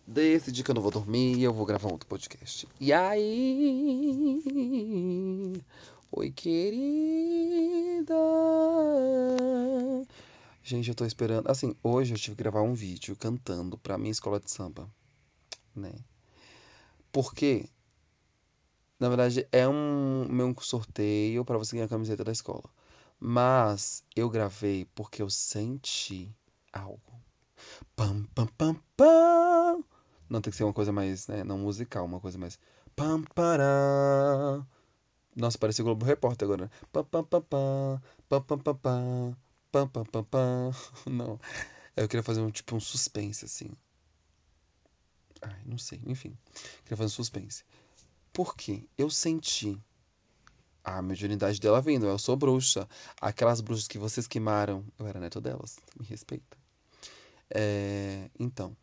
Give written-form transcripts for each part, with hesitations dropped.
decidi que eu não vou dormir e eu vou gravar outro podcast. E aí? Oi, querida. Gente, eu tô esperando. Assim, hoje eu tive que gravar um vídeo cantando pra minha escola de samba, né? Porque, na verdade, é um meu sorteio pra você ganhar a camiseta da escola. Mas eu gravei porque eu senti algo. Pam, pam, pam, pam. Não tem que ser uma coisa mais, né, não musical, uma coisa mais. Pam, pará. Nossa, parecia o Globo Repórter agora, né? Pam, pam, pam, pam, pam, pam, pam, pam, pam, pam, pam, pam. Não. Eu queria fazer um tipo um suspense, assim. Ai, não sei. Enfim, queria fazer um suspense. Por quê? Eu senti a mediunidade dela vindo. Eu sou bruxa. Aquelas bruxas que vocês queimaram. Eu era neto delas. Me respeita. Então,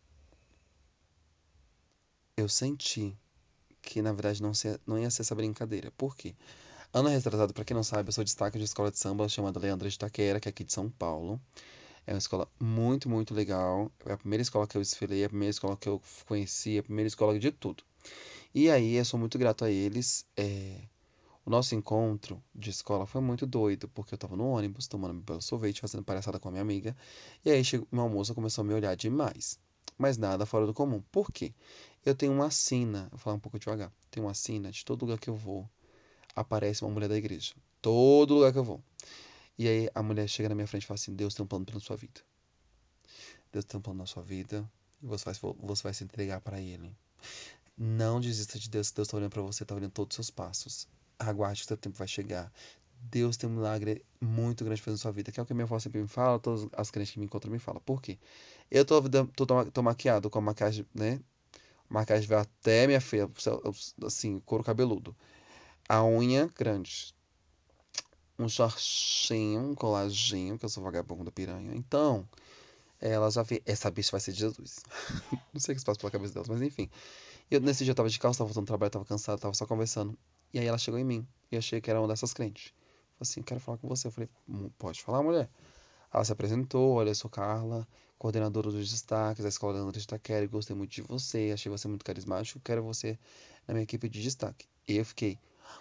eu senti que na verdade não ia ser essa brincadeira. Por quê? Ano retrasado, pra quem não sabe, eu sou destaque de escola de samba chamada Leandra de Taquera, que é aqui de São Paulo. É uma escola muito, muito legal. É a primeira escola que eu desfilei, a primeira escola que eu conheci, a primeira escola de tudo. E aí, eu sou muito grato a eles. O nosso encontro de escola foi muito doido, porque eu tava no ônibus, tomando meu sorvete, fazendo palhaçada com a minha amiga. E aí, uma moça começou a me olhar demais. Mas nada fora do comum. Por quê? Eu tenho uma sina, vou falar um pouco devagar. Tenho uma sina de todo lugar que eu vou aparece uma mulher da igreja. Todo lugar que eu vou. E aí a mulher chega na minha frente e fala assim: Deus tem um plano pela sua vida. Deus tem um plano na sua vida. E você vai se entregar para Ele. Não desista de Deus. Deus está olhando para você, está olhando todos os seus passos. Aguarde que o seu tempo vai chegar. Deus tem um milagre muito grande fazendo na sua vida. Que é o que a minha avó sempre me fala, todas as crentes que me encontram me falam. Por quê? Eu tô maquiado com a maquiagem, né? Maquiagem vai até minha feia, assim, couro cabeludo. A unha grande, um shortinho, um coladinho, que eu sou vagabundo da piranha. Então, ela já vê, essa bicha vai ser de Jesus. Não sei o que se passa pela cabeça delas, mas enfim. Nesse dia eu tava de calça, tava voltando do trabalho, tava cansado, tava só conversando. E aí ela chegou em mim, e eu achei que era uma dessas crentes. Falei assim, quero falar com você. Eu falei, pode falar, mulher?" Ela se apresentou: olha, eu sou Carla, coordenadora dos destaques da Escola Leandro de Itaquera, gostei muito de você, achei você muito carismático, quero você na minha equipe de destaque. E eu fiquei,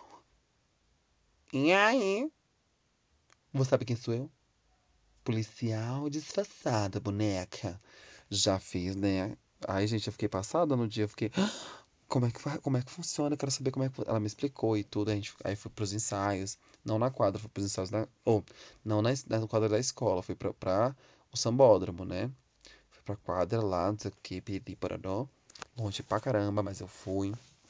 e aí? Você sabe quem sou eu? Policial disfarçada, boneca. Já fiz, né? Aí, gente, eu fiquei passada no dia, eu fiquei, como é que funciona? Eu quero saber como é que. Ela me explicou e tudo. Aí fui pros ensaios. Não na quadra, fui pros ensaios não na quadra da escola, fui pra o sambódromo, né? Fui pra quadra lá, não sei o que, piriri, pororó. Longe pra caramba, mas eu fui.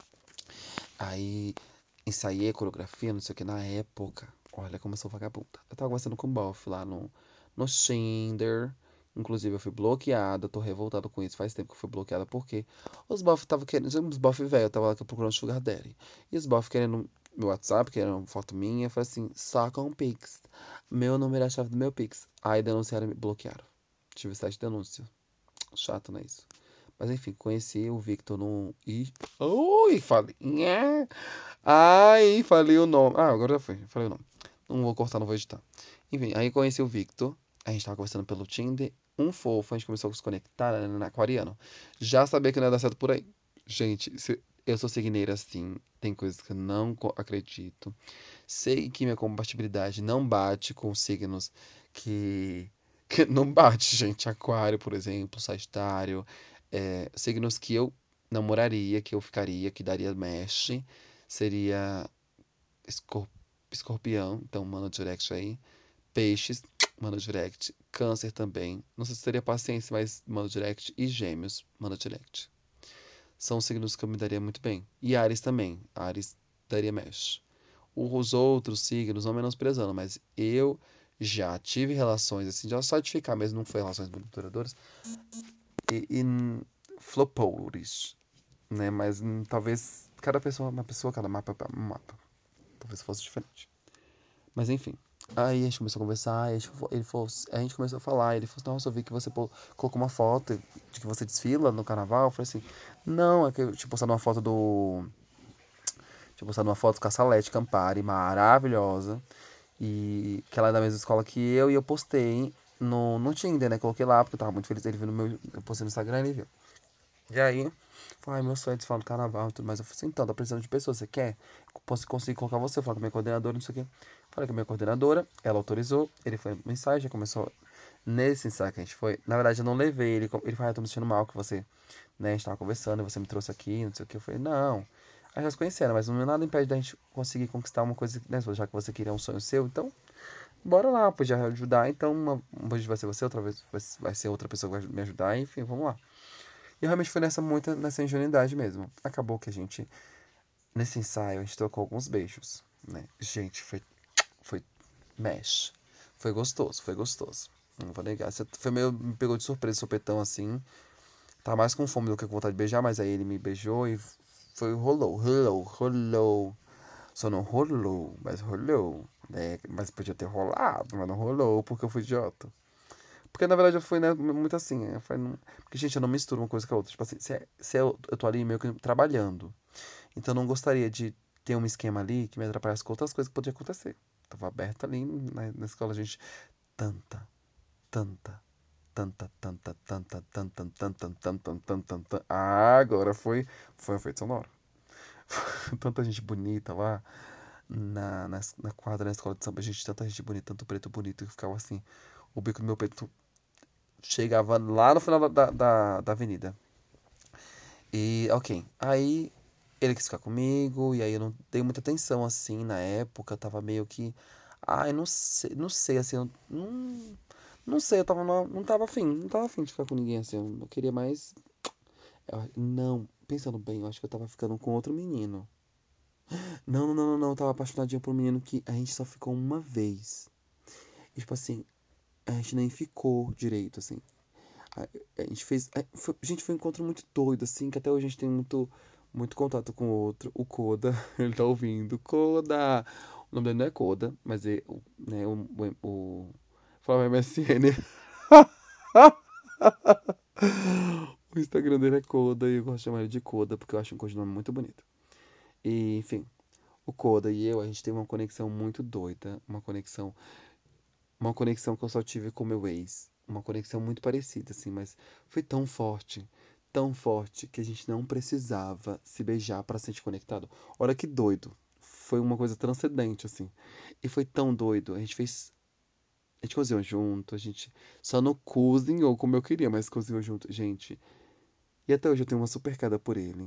Aí ensaiei a coreografia, não sei o que, na época. Olha como eu sou vagabunda. Eu tava conversando com o Boff lá no Tinder. Inclusive, eu fui bloqueada. Tô revoltado com isso. Faz tempo que eu fui bloqueada. Porque os Boff estavam querendo. Os Boff velho, eu tava lá procurando Sugar Daddy. E os Boff querendo meu WhatsApp, querendo foto minha. Eu falei assim: saca um Pix. Meu número é a chave do meu Pix. Aí denunciaram e me bloquearam. Tive 7 denúncias. Chato, não é isso? Mas enfim, conheci o Victor no. Ui, falei. Nhé. Ai, falei o nome. Ah, agora já foi. Falei o nome. Não vou cortar, não vou editar. Enfim, aí conheci o Victor. A gente tava conversando pelo Tinder. Um fofo, a gente começou a se conectar na aquariano. Já sabia que não ia dar certo por aí. Gente, eu sou signeira assim. Tem coisas que eu não acredito. Sei que minha compatibilidade não bate com signos que não bate, gente. Aquário, por exemplo, Sagitário. Signos que eu namoraria, que eu ficaria, que daria match. Seria Escor- Escorpião, então manda direct aí. Peixes, manda direct. Câncer também. Não sei se teria paciência, mas manda direct. E Gêmeos, manda direct. São signos que eu me daria muito bem. E Ares também. Ares daria mesh. Os outros signos, não menosprezando, mas eu já tive relações assim, já só de ficar mesmo, não foi relações muito duradouras. E flopouris, né? Mas talvez cada pessoa, uma pessoa, cada mapa é um mapa. Talvez fosse diferente. Mas enfim. Aí a gente começou a conversar, a gente começou a falar, ele falou assim, nossa, eu vi que você colocou uma foto de que você desfila no carnaval. Eu falei assim, não, é que eu tinha postado uma foto do. Tinha postado uma foto com a Salete Campari, maravilhosa. E que ela é da mesma escola que eu, e eu postei no Tinder, né? Coloquei lá, porque eu tava muito feliz dele viu no meu. Eu postei no Instagram e ele viu. E aí, ai, meu sonho é desfilar no carnaval e tudo mais. Eu falei assim, então, tá precisando de pessoas, você quer? Posso conseguir colocar você? Eu falei com a minha coordenadora, não sei o quê. Falei com a minha coordenadora, ela autorizou, ele foi no ensaio, já começou. Nesse ensaio que a gente foi, na verdade eu não levei ele, ele falou, ah, eu tô me sentindo mal que você, né, a gente tava conversando e você me trouxe aqui, não sei o que. Eu falei, não, a gente já se conheceram, mas não é nada impede da gente conseguir conquistar uma coisa, né, já que você queria um sonho seu, então, bora lá, podia ajudar, então, uma vez vai ser você, outra vez vai ser outra pessoa que vai me ajudar, enfim, vamos lá. E eu realmente fui nessa ingenuidade mesmo. Acabou que a gente, nesse ensaio, a gente trocou alguns beijos, né? Gente, foi mexe. Foi gostoso, foi gostoso. Não vou negar. Foi meio, me pegou de surpresa, sopetão assim. Tá mais com fome do que com vontade de beijar, mas aí ele me beijou e foi, rolou. Só não rolou, mas rolou. Né? Mas podia ter rolado, mas não rolou porque eu fui idiota. Porque na verdade eu fui, né, muito assim. Porque, gente, eu não misturo uma coisa com a outra. Tipo assim, se eu tô ali meio que trabalhando. Então eu não gostaria de ter um esquema ali que me atrapalhasse com outras coisas que podiam acontecer. Tava aberto ali na escola, a gente. Tanta, tanta, tanta. Ah, agora foi um efeito sonoro. Tanta gente bonita lá na quadra, na escola de samba, gente, tanta gente bonita, tanto preto bonito, que ficava assim, o bico do meu peito chegava lá no final da avenida. E, ok, aí ele quis ficar comigo, e aí eu não dei muita atenção, assim, na época, eu tava meio que, ai, não sei, assim, eu não sei, eu tava, não tava afim de ficar com ninguém, assim, eu queria mais, não, pensando bem, eu acho que eu tava ficando com outro menino. Não, eu tava apaixonadinho por um menino que a gente só ficou uma vez. E, tipo assim, a gente nem ficou direito, assim. A, a gente fez. Gente, foi um encontro muito doido, assim, que até hoje a gente tem muito contato com o outro. O Koda, ele tá ouvindo. Koda! O nome dele não é Koda, mas é, né, Fala MSN. O Instagram dele é Koda e eu gosto de chamar ele de Koda porque eu acho um codinome muito bonito. E, enfim, o Koda e eu, a gente tem uma conexão muito doida. Uma conexão que eu só tive com meu ex. Uma conexão muito parecida, assim, mas foi tão forte, que a gente não precisava se beijar para se sentir conectado. Olha que doido. Foi uma coisa transcendente, assim. E foi tão doido. A gente cozinhou junto, a gente só não cozinhou como eu queria, mas cozinhou junto. Gente, e até hoje eu tenho uma super queda por ele.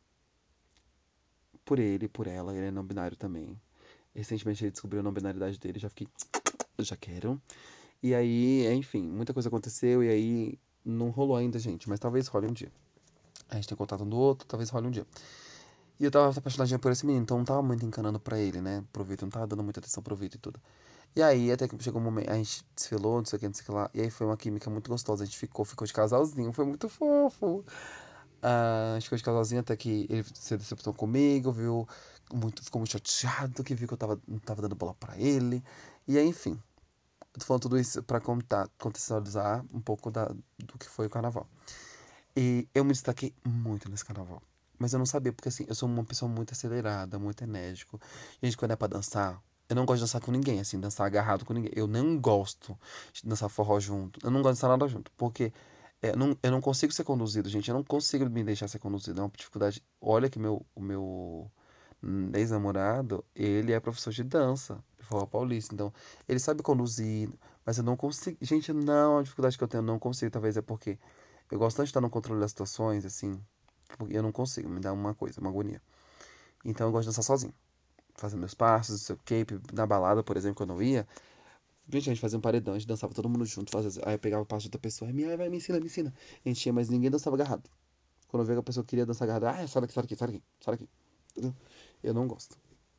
Por ele, por ela, ele é não binário também. Recentemente ele descobriu a não binariedade dele, já fiquei, já quero. E aí, enfim, muita coisa aconteceu e aí não rolou ainda, gente, mas talvez role um dia. A gente tem contato um do outro, talvez role um dia. E eu tava apaixonadinha por esse menino, então não tava muito encanando pra ele, né? Pro Vitor, não tava dando muita atenção pro Vitor e tudo. E aí, até que chegou um momento, a gente desfilou, não sei o que, não sei o que lá. E aí foi uma química muito gostosa, a gente ficou de casalzinho, foi muito fofo. Ah, a gente ficou de casalzinho até que ele se decepcionou comigo, ficou muito chateado, que viu que eu não tava dando bola pra ele. E aí, enfim, eu tô falando tudo isso pra contextualizar um pouco do que foi o carnaval. E eu me destaquei muito nesse carnaval. Mas eu não sabia, porque assim, eu sou uma pessoa muito acelerada, muito enérgico. Gente, quando é pra dançar, eu não gosto de dançar com ninguém, assim, dançar agarrado com ninguém. Eu nem gosto de dançar forró junto. Eu não gosto de dançar nada junto, porque eu não consigo ser conduzido, gente. Eu não consigo me deixar ser conduzido. É uma dificuldade. Olha que o meu ex-namorado, ele é professor de dança, de forró paulista. Então, ele sabe conduzir, mas eu não consigo. Gente, não, a dificuldade que eu tenho, eu não consigo. Talvez é porque eu gosto tanto de estar no controle das situações, assim, porque eu não consigo, me dá uma coisa, uma agonia. Então, eu gosto de dançar sozinho, fazer meus passos, não sei o quê. Na balada, por exemplo, quando eu ia, gente, a gente fazia um paredão, a gente dançava todo mundo junto, aí eu pegava o passo de outra pessoa, aí vai, me ensina, me ensina. A gente ia, mas ninguém dançava agarrado. Quando eu via que a pessoa queria dançar agarrado, sai daqui, sai daqui, sai daqui, sai daqui. Entendeu? Eu não gosto.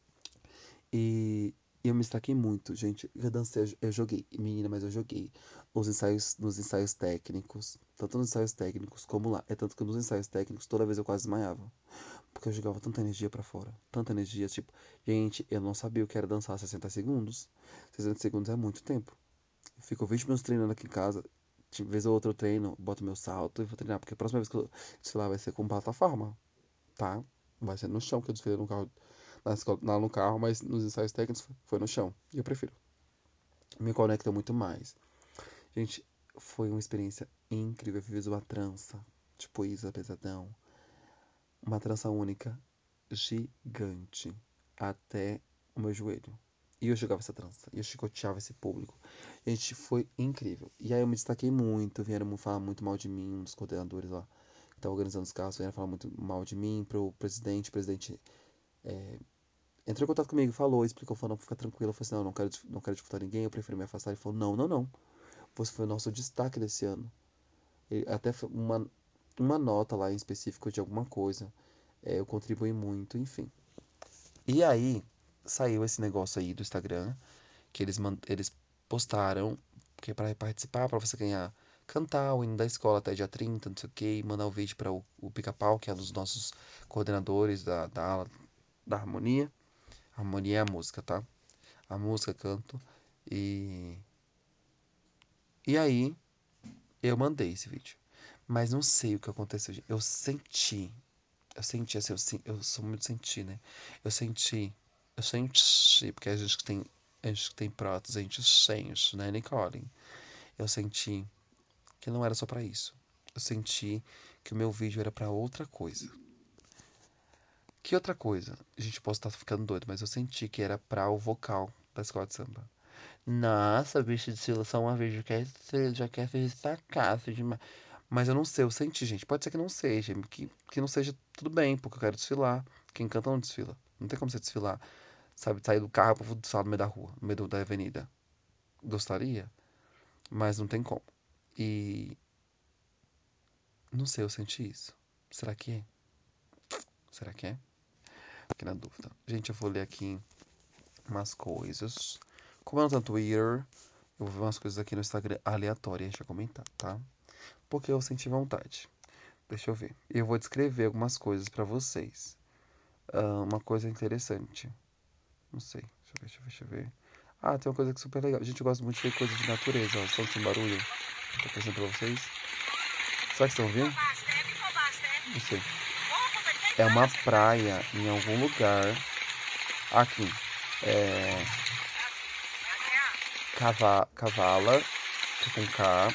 E eu me destaquei muito, gente. Eu dancei, eu joguei, menina, mas eu joguei nos ensaios técnicos, tanto nos ensaios técnicos como lá. É tanto que nos ensaios técnicos, toda vez eu quase desmaiava. Porque eu jogava tanta energia pra fora. Tanta energia, tipo, gente, eu não sabia o que era dançar 60 segundos. 60 segundos é muito tempo. Eu fico 20 minutos treinando aqui em casa. De vez ou outra eu treino, boto meu salto e vou treinar. Porque a próxima vez que eu desfilar vai ser com plataforma, tá? Vai ser no chão que eu desfilei no carro, lá no carro, mas nos ensaios técnicos foi no chão. E eu prefiro. Me conecta muito mais. Gente, foi uma experiência incrível. Eu fiz uma trança. tipo Isa Pesadão. Uma trança única gigante até o meu joelho. E eu jogava essa trança, e eu chicoteava esse público. Gente, foi incrível. E aí eu me destaquei muito, vieram falar muito mal de mim, um dos coordenadores lá, que tava organizando os carros, vieram falar muito mal de mim pro presidente. O presidente entrou em contato comigo, falou, explicou, falou, não, fica tranquilo. Eu falei assim, não quero disputar ninguém, eu prefiro me afastar. Ele falou, não. Você foi o nosso destaque desse ano. Até uma nota lá em específico de alguma coisa. Eu contribuí muito, enfim. E aí, saiu esse negócio aí do Instagram, que eles postaram, que é pra participar, pra você ganhar, cantar o hino da escola até dia 30, não sei o que, e mandar o vídeo para o Pica-Pau, que é um dos nossos coordenadores da ala da harmonia. A harmonia é a música, tá? A música, canto. E, e aí, eu mandei esse vídeo. Mas não sei o que aconteceu, gente. Eu senti assim, eu sou muito senti, né? Eu senti, porque a gente que tem prótese, a gente sente, né, Nicole? Eu senti que não era só pra isso. Eu senti que o meu vídeo era pra outra coisa. Que outra coisa? A gente pode estar ficando doido, mas eu senti que era pra o vocal da escola de samba. Nossa, bicho de Sila, só uma vez já quer se destacar, demais. Mas eu não sei, eu senti, gente. Pode ser que não seja, que não seja tudo bem, porque eu quero desfilar. Quem canta não desfila. Não tem como você desfilar, sabe? Sair do carro pra desfilar no meio da rua, no meio da avenida. Gostaria, mas não tem como. E não sei, eu senti isso. Será que é? Será que é? Fiquei na dúvida. Gente, eu vou ler aqui umas coisas. Como eu não tenho Twitter, eu vou ver umas coisas aqui no Instagram aleatórias e a gente vai comentar, tá? Porque eu senti vontade. Deixa eu ver. Eu vou descrever algumas coisas pra vocês. Uma coisa interessante. Não sei. Deixa eu ver. Ah, tem uma coisa que é super legal. Gente, eu gosto muito de ver coisas de natureza. Ó, som sem barulho. Tô apresentando pra vocês. Será que estão ouvindo? Não sei. É uma praia em algum lugar. Aqui. É. Cavala. Que é com K.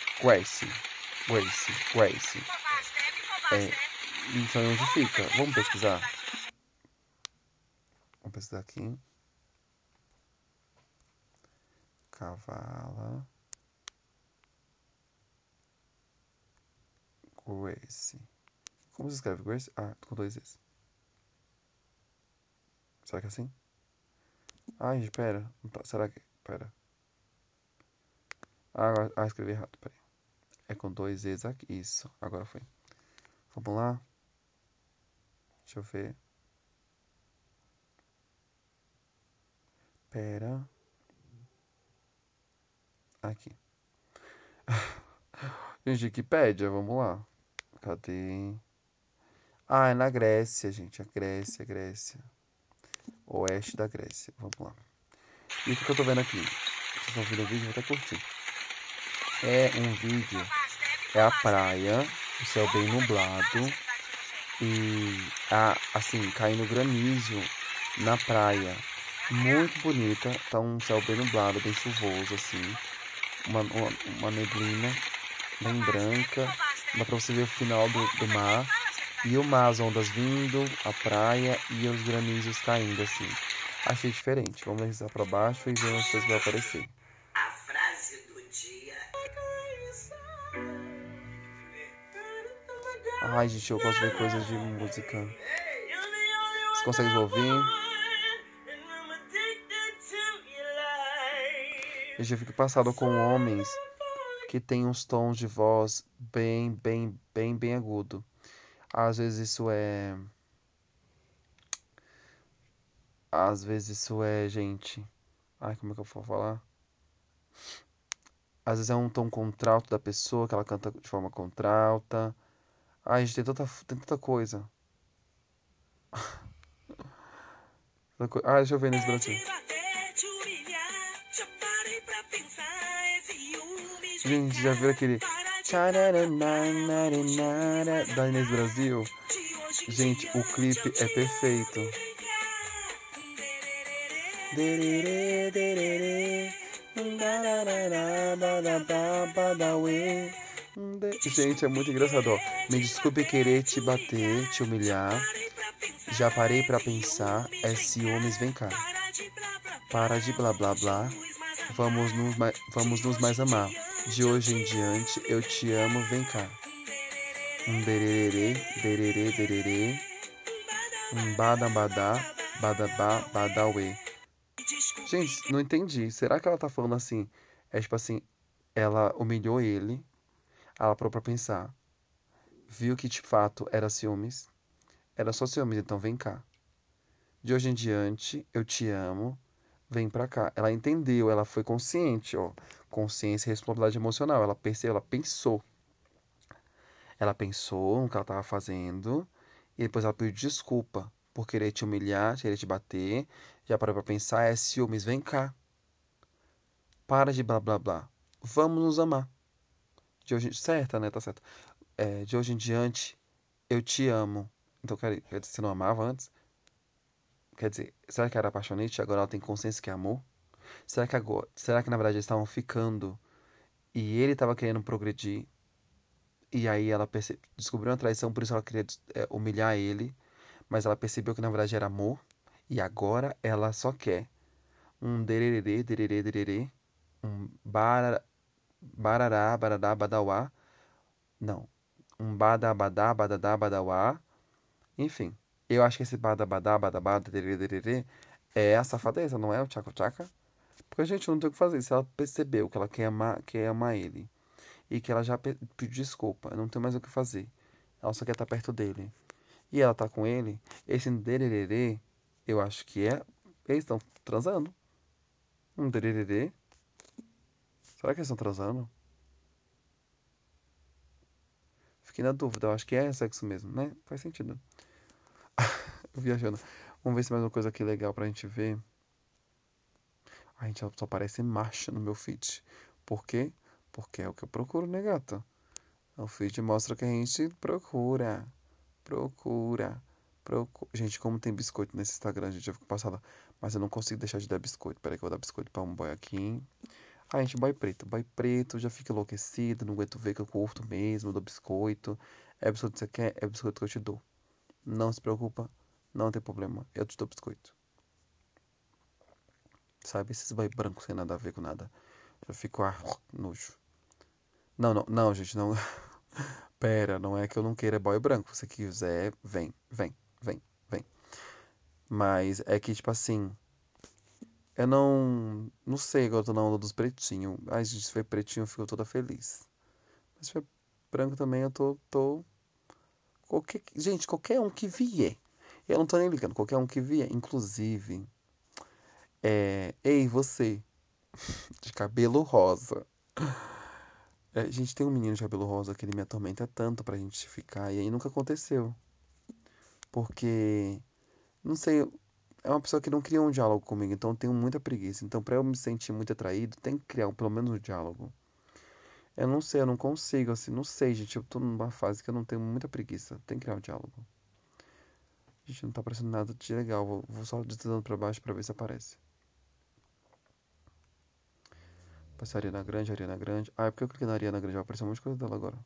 Grace. Não sei onde fica. Vamos pesquisar? Vamos pesquisar aqui. Cavala. Grace. Como se escreve Grace? Ah, com dois S. Será que é assim? Ai, gente, pera. Será que. Pera. Escrevi errado. Pera aí. É com dois Es aqui. Isso. Agora foi. Vamos lá. Deixa eu ver. Pera. Aqui. Gente, Wikipédia, vamos lá. Cadê? Ah, é na Grécia, gente. A Grécia. Oeste da Grécia. Vamos lá. E o que eu tô vendo aqui? Vocês estão vendo o vídeo? Vou até curtir. É um vídeo. É a praia. O céu bem nublado. E assim, caindo granizo na praia. Muito bonita. Tá um céu bem nublado, bem chuvoso, assim. Uma neblina bem branca. Dá pra você ver o final do mar. E o mar, as ondas vindo, a praia e os granizos caindo, assim. Achei diferente. Vamos deslizar pra baixo e ver onde vocês vão aparecer. A frase do dia. Ai, gente, eu gosto de ver coisas de música. Vocês conseguem ouvir? Gente, eu fico passado com homens que têm uns tons de voz bem agudo. Às vezes isso é. Às vezes isso é, gente. Ai, como é que eu vou falar? Às vezes é um tom contralto da pessoa, que ela canta de forma contralta. Ai, gente, tem tanta coisa. Deixa eu ver nesse Brasil. Gente, já viu aquele da Inês Brasil? Gente, o clipe é perfeito. Gente, é muito engraçado, ó. Me desculpe querer te bater, te humilhar. Já parei pra pensar, é ciúmes, vem cá. Para de blá blá blá. Vamos nos mais amar. De hoje em diante, eu te amo, vem cá. Um dererê, dererê, dererê. Um badabadá, badabá, badauê. Gente, não entendi. Será que ela tá falando assim? É tipo assim, ela humilhou ele, ela parou pra pensar. Viu que de fato era ciúmes. Era só ciúmes, então vem cá. De hoje em diante, eu te amo, vem pra cá. Ela entendeu, ela foi consciente, ó. Consciência e responsabilidade emocional. Ela percebeu, ela pensou. Ela pensou no que ela estava fazendo e depois ela pediu desculpa por querer te humilhar, querer te bater. Já parou pra pensar, é ciúmes, vem cá. Para de blá blá blá. Vamos nos amar. De hoje, certa, né? Tá certo. É, de hoje em diante, eu te amo. Então, quer dizer, você não amava antes? Quer dizer, será que era apaixonante e agora ela tem consciência que é amor? Será que na verdade eles estavam ficando e ele estava querendo progredir e aí ela descobriu uma traição, por isso ela queria humilhar ele, mas ela percebeu que na verdade era amor e agora ela só quer um dererê, dererê, dererê, um barará, barará, badauá, não, um badabadá, badadá, badauá, enfim. Eu acho que esse badabadá, badabá, dererê, dererê é a safadeza, não é o tchaca-tchaca? Porque a gente não tem o que fazer. Se ela percebeu que ela quer amar ele e que ela já pediu desculpa, não tem mais o que fazer. Ela só quer estar perto dele. E ela tá com ele, esse dererê, eu acho que é. Eles estão transando. Um dererê. Será que eles estão transando? Fiquei na dúvida, eu acho que é sexo mesmo, né? Faz sentido. Viajando. Vamos ver se mais uma coisa aqui legal pra gente ver. A gente só parece marcha no meu feed. Por quê? Porque é o que eu procuro, né, gata? O feed mostra o que a gente procura. Procura. Gente, como tem biscoito nesse Instagram, gente, eu fico passada. Mas eu não consigo deixar de dar biscoito. Peraí que eu vou dar biscoito pra um boy aqui. Ah, gente, boy preto. Boy preto, já fica enlouquecido. Não aguento ver que eu curto mesmo. Dou biscoito. É biscoito que você quer? É biscoito que eu te dou. Não se preocupa. Não tem problema. Eu te dou biscoito. Sabe? Esses boy brancos sem nada a ver com nada. Eu fico, nojo. Não, não, não, gente, não. Pera, não é que eu não queira boy branco. Se quiser, vem, vem, vem, vem. Mas é que, tipo assim, eu não sei agora eu tô na onda dos pretinhos. Ai, gente, se for pretinho eu fico toda feliz. Mas se for branco também eu tô. Gente, qualquer um que vier. Eu não tô nem ligando, qualquer um que vier. Inclusive, ei, você, de cabelo rosa. Gente, tem um menino de cabelo rosa que ele me atormenta tanto pra gente ficar. E aí nunca aconteceu. Porque, não sei, é uma pessoa que não cria um diálogo comigo, então eu tenho muita preguiça. Então, pra eu me sentir muito atraído, tem que criar pelo menos um diálogo. Eu não sei, eu não consigo, assim, não sei, gente. Eu tô numa fase que eu não tenho muita preguiça. Tem que criar um diálogo. Gente, não tá aparecendo nada de legal. Vou só deslizando pra baixo pra ver se aparece. Passar Ariana Grande, Ariana Grande. Ah, é porque eu cliquei na Ariana Grande, vai aparecer um monte de coisa dela agora.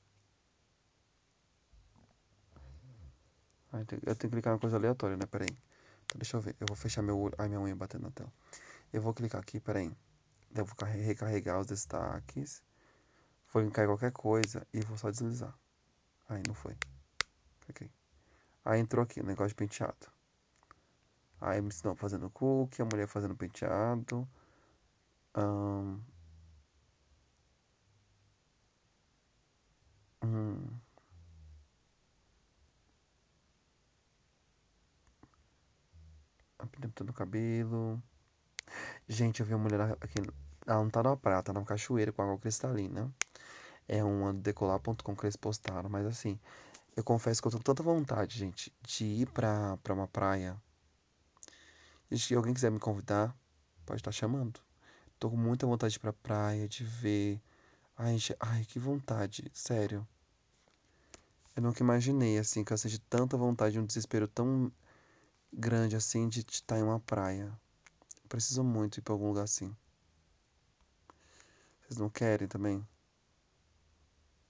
Ah, eu tenho que clicar na coisa aleatória, né? Pera aí. Então, deixa eu ver. Eu vou fechar meu olho. Ai, minha unha batendo na tela. Eu vou clicar aqui, pera aí. Eu vou recarregar os destaques. Vou linkar qualquer coisa e vou só deslizar. Aí, não foi. Ok. Aí entrou aqui, o negócio de penteado. Aí me ensinou fazendo cookie, a mulher fazendo penteado. Ahn, hum, pintando o cabelo. Gente, eu vi uma mulher aqui. Ela não tá na praia, tá na cachoeira com água cristalina. É uma decolar.com que eles postaram. Mas assim, eu confesso que eu tô com tanta vontade, gente, de ir pra uma praia. E se alguém quiser me convidar, pode estar chamando. Tô com muita vontade de ir pra praia, de ver. Ai, gente, ai, que vontade, sério. Eu nunca imaginei, assim, que eu senti tanta vontade, um desespero tão grande, assim, de estar em uma praia. Eu preciso muito ir pra algum lugar assim. Vocês não querem também?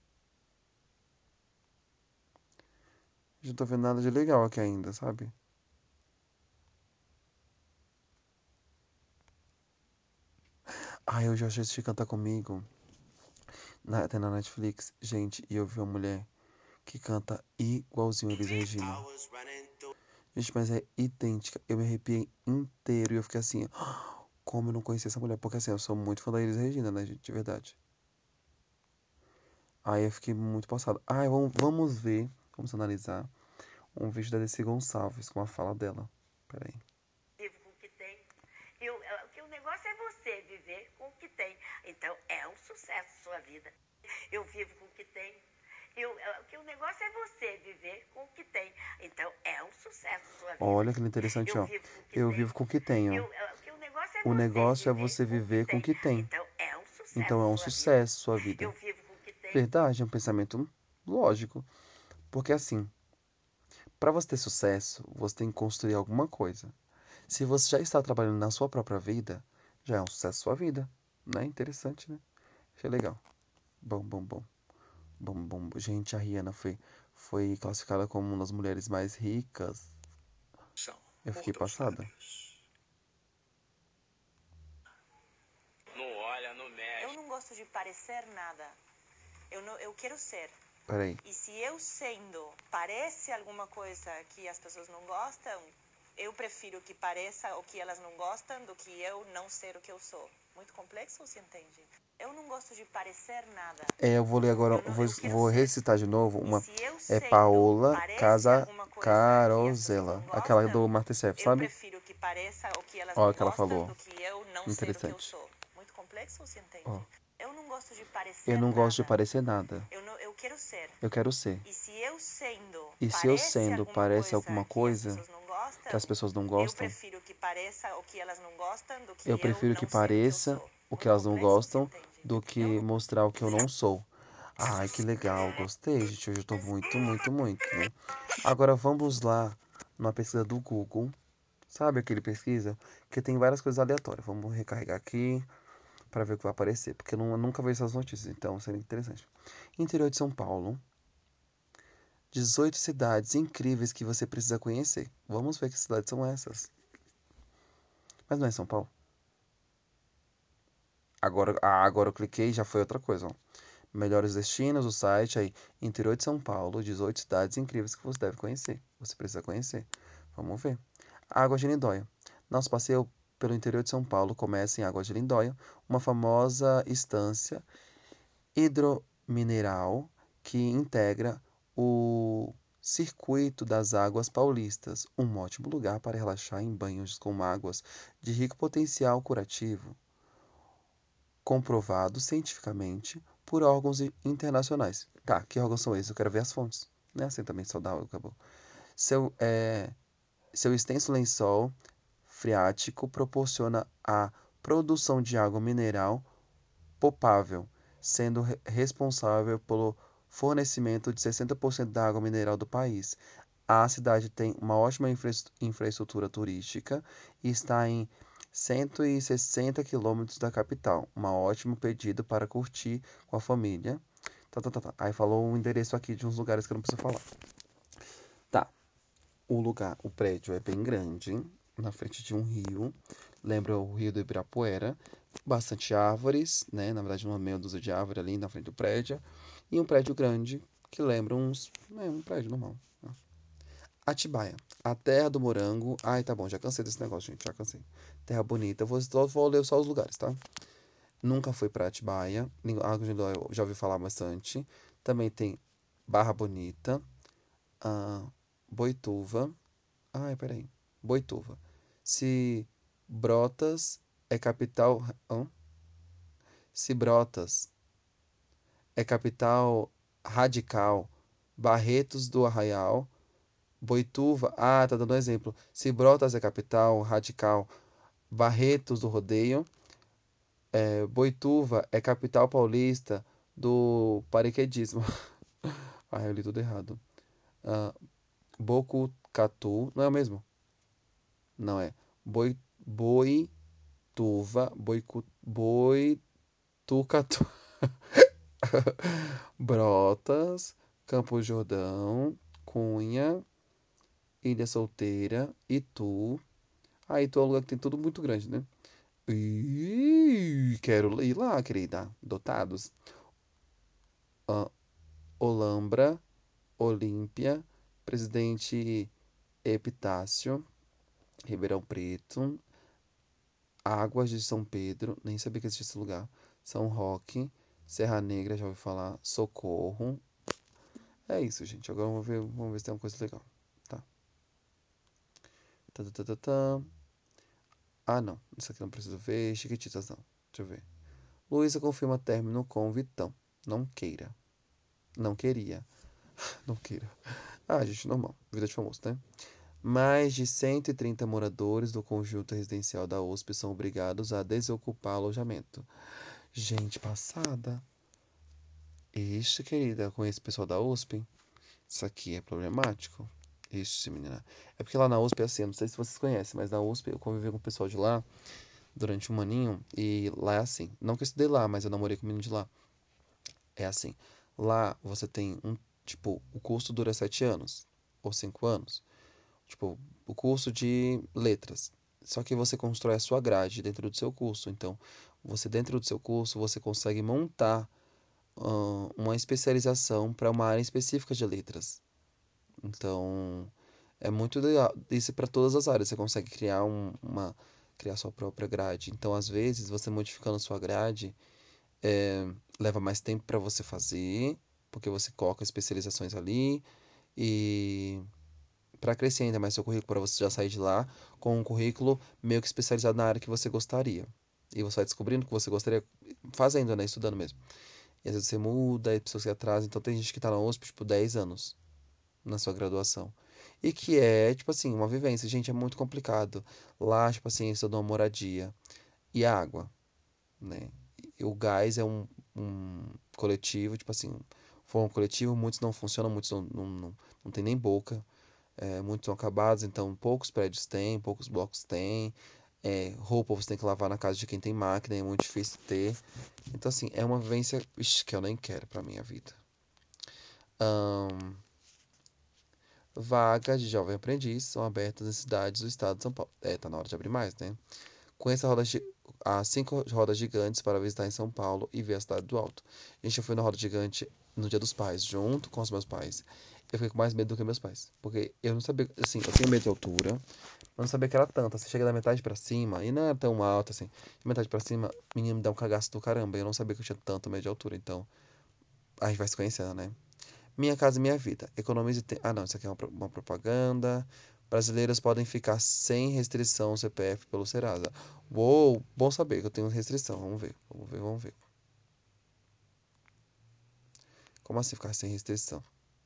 Não tô vendo nada de legal aqui ainda, sabe? Ai, eu já assisti Canta Comigo. Tem na Netflix. Gente, e eu vi uma mulher que canta igualzinho a Elis Regina. Gente, mas é idêntica. Eu me arrepiei inteiro e eu fiquei assim, como eu não conhecia essa mulher? Porque assim, eu sou muito fã da Elis Regina, né, gente? De verdade. Aí eu fiquei muito passado. Ai, vamos ver, vamos analisar um vídeo da Desi Gonçalves com a fala dela. Peraí. Vivo com o que tem. Que o negócio é você viver com o que tem. Então é um sucesso sua vida. Eu vivo com o que tem. Que o negócio é você viver com o que tem. Então é um sucesso sua vida. Olha que interessante, Eu ó. vivo com o que Eu tem. vivo com o que tenho. Que o negócio é O você negócio é viver você com o que viver com o tem. que tem. Então é um Então sucesso é um sua vida. sucesso sua Eu vida. vivo com o que tem. Verdade, é um pensamento lógico. Porque assim, para você ter sucesso, você tem que construir alguma coisa. Se você já está trabalhando na sua própria vida, já é um sucesso sua vida. Né? Interessante, né? Achei legal. Bom, bom, bom. Bom, bom. Gente, a Rihanna foi classificada como uma das mulheres mais ricas. Eu fiquei passada. Não olha, não mexe. Eu não gosto de parecer nada. Eu quero ser. Peraí. E se eu sendo parece alguma coisa que as pessoas não gostam, eu prefiro que pareça o que elas não gostam do que eu não ser o que eu sou. Muito complexo, você entende? Eu não gosto de parecer nada. Eu vou ler agora, Eu quero vou ser. recitar de novo E uma. se eu É sendo Paola parece Casa alguma coisa que as pessoas Carosella. não Aquela do gostam, Masterchef, eu sabe? prefiro que pareça o que elas Olha o não que ela gostam falou. do que eu não ser o que eu Interessante. sou. Muito complexo, você Ó. entende? Eu não gosto de Eu parecer não gosto de nada. parecer nada. Eu quero ser. Eu quero ser. E se eu sendo E se eu parece sendo alguma parece coisa alguma que as coisa pessoas não que as gostam, pessoas não eu gostam, prefiro que pareça o que elas não gostam do que eu eu prefiro que não ser o que eu pareça sou. o que Muito elas não complexo, você gostam entende? do Eu que não. mostrar o que eu não sou. Ai, que legal, gostei, gente. Hoje eu tô muito, muito, muito, né? Agora vamos lá numa pesquisa do Google. Sabe aquele pesquisa que tem várias coisas aleatórias. Vamos recarregar aqui para ver o que vai aparecer, porque eu nunca vi essas notícias, então seria interessante. Interior de São Paulo, 18 cidades incríveis que você precisa conhecer. Vamos ver que cidades são essas. Mas não é São Paulo. Agora eu cliquei e já foi outra coisa, ó. Melhores destinos, o site aí. Interior de São Paulo, 18 cidades incríveis que você deve conhecer. Você precisa conhecer. Vamos ver. Águas de Lindóia. Nosso passeio pelo interior de São Paulo começa em Águas de Lindóia, uma famosa estância hidromineral que integra o Circuito das Águas Paulistas, um ótimo lugar para relaxar em banhos com águas de rico potencial curativo, comprovado cientificamente por órgãos internacionais. Tá, que órgãos são esses? Eu quero ver as fontes. Não é assim também, só dá, acabou. Seu, é, seu extenso lençol freático proporciona a produção de água mineral potável, sendo responsável pelo fornecimento de 60% da água mineral do país. A cidade tem uma ótima infraestrutura turística e está em 160 quilômetros da capital. Uma ótima pedida para curtir com a família. Tá, tá, tá, tá. Aí falou um endereço aqui de uns lugares que eu não preciso falar. Tá, o prédio é bem grande, na frente de um rio. Lembra o rio do Ibirapuera. Bastante árvores, né? Na verdade, uma meia dúzia de árvores ali na frente do prédio. E um prédio grande que lembra um prédio normal. Atibaia, a terra do morango. Ai, tá bom, já cansei desse negócio, gente, já cansei. Terra bonita, vou ler só os lugares, tá? Nunca fui pra Atibaia, Águas de Lindóia eu já ouvi falar bastante. Também tem Barra Bonita, ah, Boituva. Ai, peraí. Boituva. Se Brotas é capital. Hã? Se Brotas é capital radical, Barretos do Arraial, Boituva. Ah, tá dando um exemplo. Se Brotas é capital radical, Barretos do Rodeio, Boituva é capital paulista do paraquedismo. Ah, eu li tudo errado. Ah, Bocucatu, não é o mesmo? Não é. Boituva, Boitucatu. Brotas, Campo Jordão, Cunha, Ilha Solteira, Itu. Ah, Itu é um lugar que tem tudo muito grande, né? Ih, quero ir lá, querida. Dotados. Ah, Olambra, Olímpia, Presidente Epitácio, Ribeirão Preto, Águas de São Pedro, nem sabia que existia esse lugar. São Roque, Serra Negra, já ouvi falar. Socorro. É isso, gente. Agora vamos ver se tem uma coisa legal. Tá. Tá, tá, tá, tá, tá. Ah, não. Isso aqui não preciso ver. Chiquititas, não. Deixa eu ver. Luísa confirma término com Vitão. Não queira. Não queria. Não queira. Ah, gente, normal. Vida de famoso, né? Mais de 130 moradores do conjunto residencial da USP são obrigados a desocupar alojamento. Gente, passada. Ixi, querida, com esse pessoal da USP, isso aqui é problemático. Ixi, menina. É porque lá na USP é assim, eu não sei se vocês conhecem, mas na USP eu convivi com o pessoal de lá durante um aninho e lá é assim. Não que eu estudei lá, mas eu namorei com o menino de lá. É assim. Lá você tem tipo, o curso dura 7 anos ou 5 anos. Tipo, o curso de letras. Só que você constrói a sua grade dentro do seu curso. Então, você dentro do seu curso, você consegue montar uma especialização para uma área específica de letras. Então, é muito legal. Isso para todas as áreas. Você consegue criar sua própria grade. Então, às vezes, você modificando sua grade, leva mais tempo para você fazer, porque você coloca especializações ali e para crescer ainda mais seu currículo, para você já sair de lá com um currículo meio que especializado na área que você gostaria. E você vai descobrindo o que você gostaria fazendo, né? Estudando mesmo. E às vezes você muda, e pessoas se atrasam. Então tem gente que tá na USP, tipo, 10 anos na sua graduação. E que é, tipo assim, uma vivência. Gente, é muito complicado. Lá, tipo assim, estuda uma moradia. E a água, né? E o gás é um coletivo, tipo assim, for um coletivo, muitos não funcionam, muitos não tem nem boca. Muitos são acabados, então poucos prédios têm, poucos blocos têm. Roupa você tem que lavar na casa de quem tem máquina, é muito difícil ter. Então, assim, é uma vivência que eu nem quero pra minha vida. Ahn, Vagas de jovem aprendiz são abertas em cidades do estado de São Paulo. Tá na hora de abrir mais, né? Conheça as 5 rodas gigantes para visitar em São Paulo e ver a cidade do alto. Gente, eu fui na roda gigante no Dia dos Pais, junto com os meus pais. Eu fiquei com mais medo do que meus pais. Porque eu não sabia, assim, eu tenho medo de altura, mas não sabia que era tanta. Você chega da metade pra cima, e não é tão alto assim. De metade pra cima, menino me dá um cagaço do caramba. Eu não sabia que eu tinha tanto medo de altura. Então, a gente vai se conhecendo, né? Minha Casa Minha Vida. Economize tempo. Ah, não, isso aqui é uma propaganda. Brasileiras podem ficar sem restrição CPF pelo Serasa. Uou, bom saber que eu tenho restrição. Vamos ver, vamos ver, vamos ver. Como assim ficar sem restrição?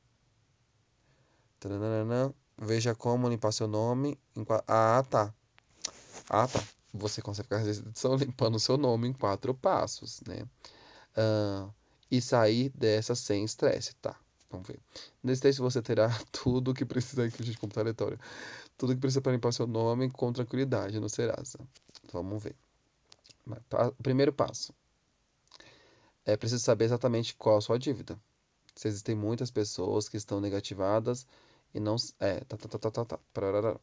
Taranana. Veja como limpar seu nome. Ah, tá. Ah, tá. Você consegue ficar sem restrição limpando seu nome em 4 passos, né? Ah, e sair dessa sem estresse, tá? Vamos ver. Nesse teste você terá tudo o que precisa aqui de computador aleatório. Tudo que precisa para limpar seu nome com tranquilidade no Serasa. Vamos ver. Primeiro passo. É preciso saber exatamente qual a sua dívida. Se existem muitas pessoas que estão negativadas e não. Tá. Parará.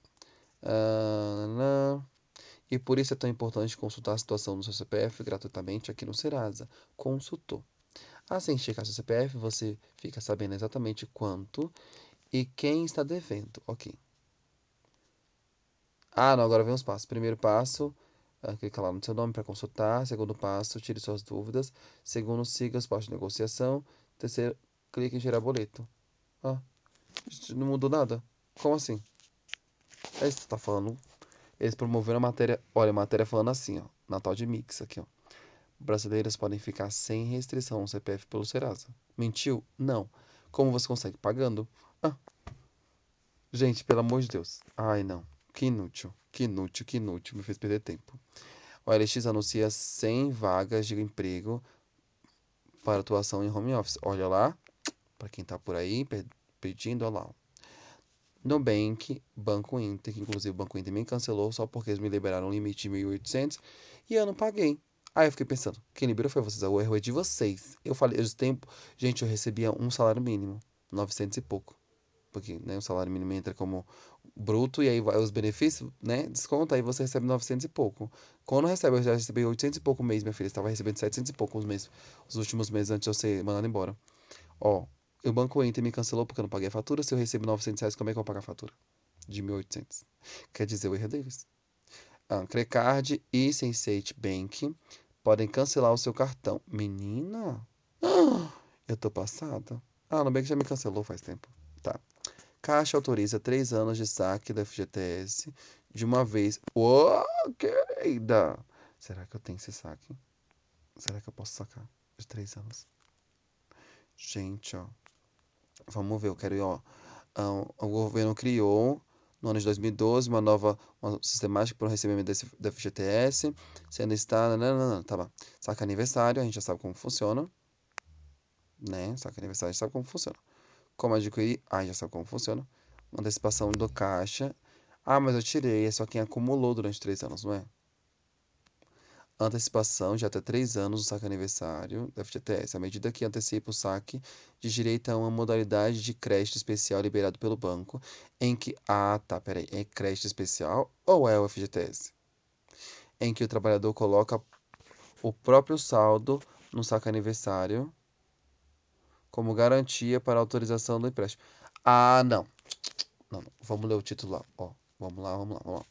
Ah, e por isso é tão importante consultar a situação do seu CPF gratuitamente aqui no Serasa. Consultou. Assim, checar seu CPF, você fica sabendo exatamente quanto e quem está devendo. Ok. Ah, não, agora vem os passos. Primeiro passo, clica lá no seu nome para consultar. Segundo passo, tire suas dúvidas. Segundo, siga os passos de negociação. Terceiro, clique em gerar boleto. Ah, não mudou nada? Como assim? É isso que tá falando. Eles promoveram a matéria. Olha, a matéria falando assim, ó. Natal de Mix aqui, ó. Brasileiros podem ficar sem restrição no CPF pelo Serasa. Mentiu? Não. Como você consegue? Pagando. Ah, gente, pelo amor de Deus. Ai, não. Que inútil. Que inútil, que inútil. Me fez perder tempo. O OLX anuncia 100 vagas de emprego para atuação em home office. Olha lá, para quem tá por aí pedindo, olha lá. Nubank, Banco Inter, que inclusive o Banco Inter me cancelou só porque eles me liberaram um limite de 1.800 e eu não paguei. Aí eu fiquei pensando, quem liberou foi vocês, o erro é de vocês. Eu falei, gente, eu recebia um salário mínimo, 900 e pouco. porque, né, o salário mínimo entra como bruto e aí vai os benefícios, né, desconta, aí você recebe 900 e pouco. Quando recebe, eu já recebi 800 e pouco mês, minha filha, estava recebendo 700 e pouco os últimos meses antes de eu ser mandado embora. Ó, o Banco Inter me cancelou porque eu não paguei a fatura, se eu recebo R$ 900, como é que eu vou pagar a fatura? De 1.800. Quer dizer, o erro é deles. Crecard e Sense8 Bank podem cancelar o seu cartão. Menina, eu tô passada. No Nubank já me cancelou faz tempo. Tá. Caixa autoriza 3 anos de saque da FGTS de uma vez. Ô, querida! Será que eu tenho esse saque? Será que eu posso sacar de 3 anos? Gente, ó. Vamos ver, eu quero ir, ó. O governo criou, no ano de 2012, uma sistemática para o recebimento da FGTS, sendo está, não, tá bom. Saque aniversário, a gente já sabe como funciona, né? Saque aniversário, a gente sabe como funciona. Como adquirir, já sabe como funciona. Antecipação do caixa. Mas eu tirei, é só quem acumulou durante 3 anos, não é? Antecipação de até 3 anos do saque aniversário da FGTS, à medida que antecipa o saque, de direito a uma modalidade de crédito especial liberado pelo banco, em que. Tá, peraí. É crédito especial ou é o FGTS? Em que o trabalhador coloca o próprio saldo no saque aniversário como garantia para a autorização do empréstimo. Não. Não, não. Vamos ler o título lá. Ó, vamos lá.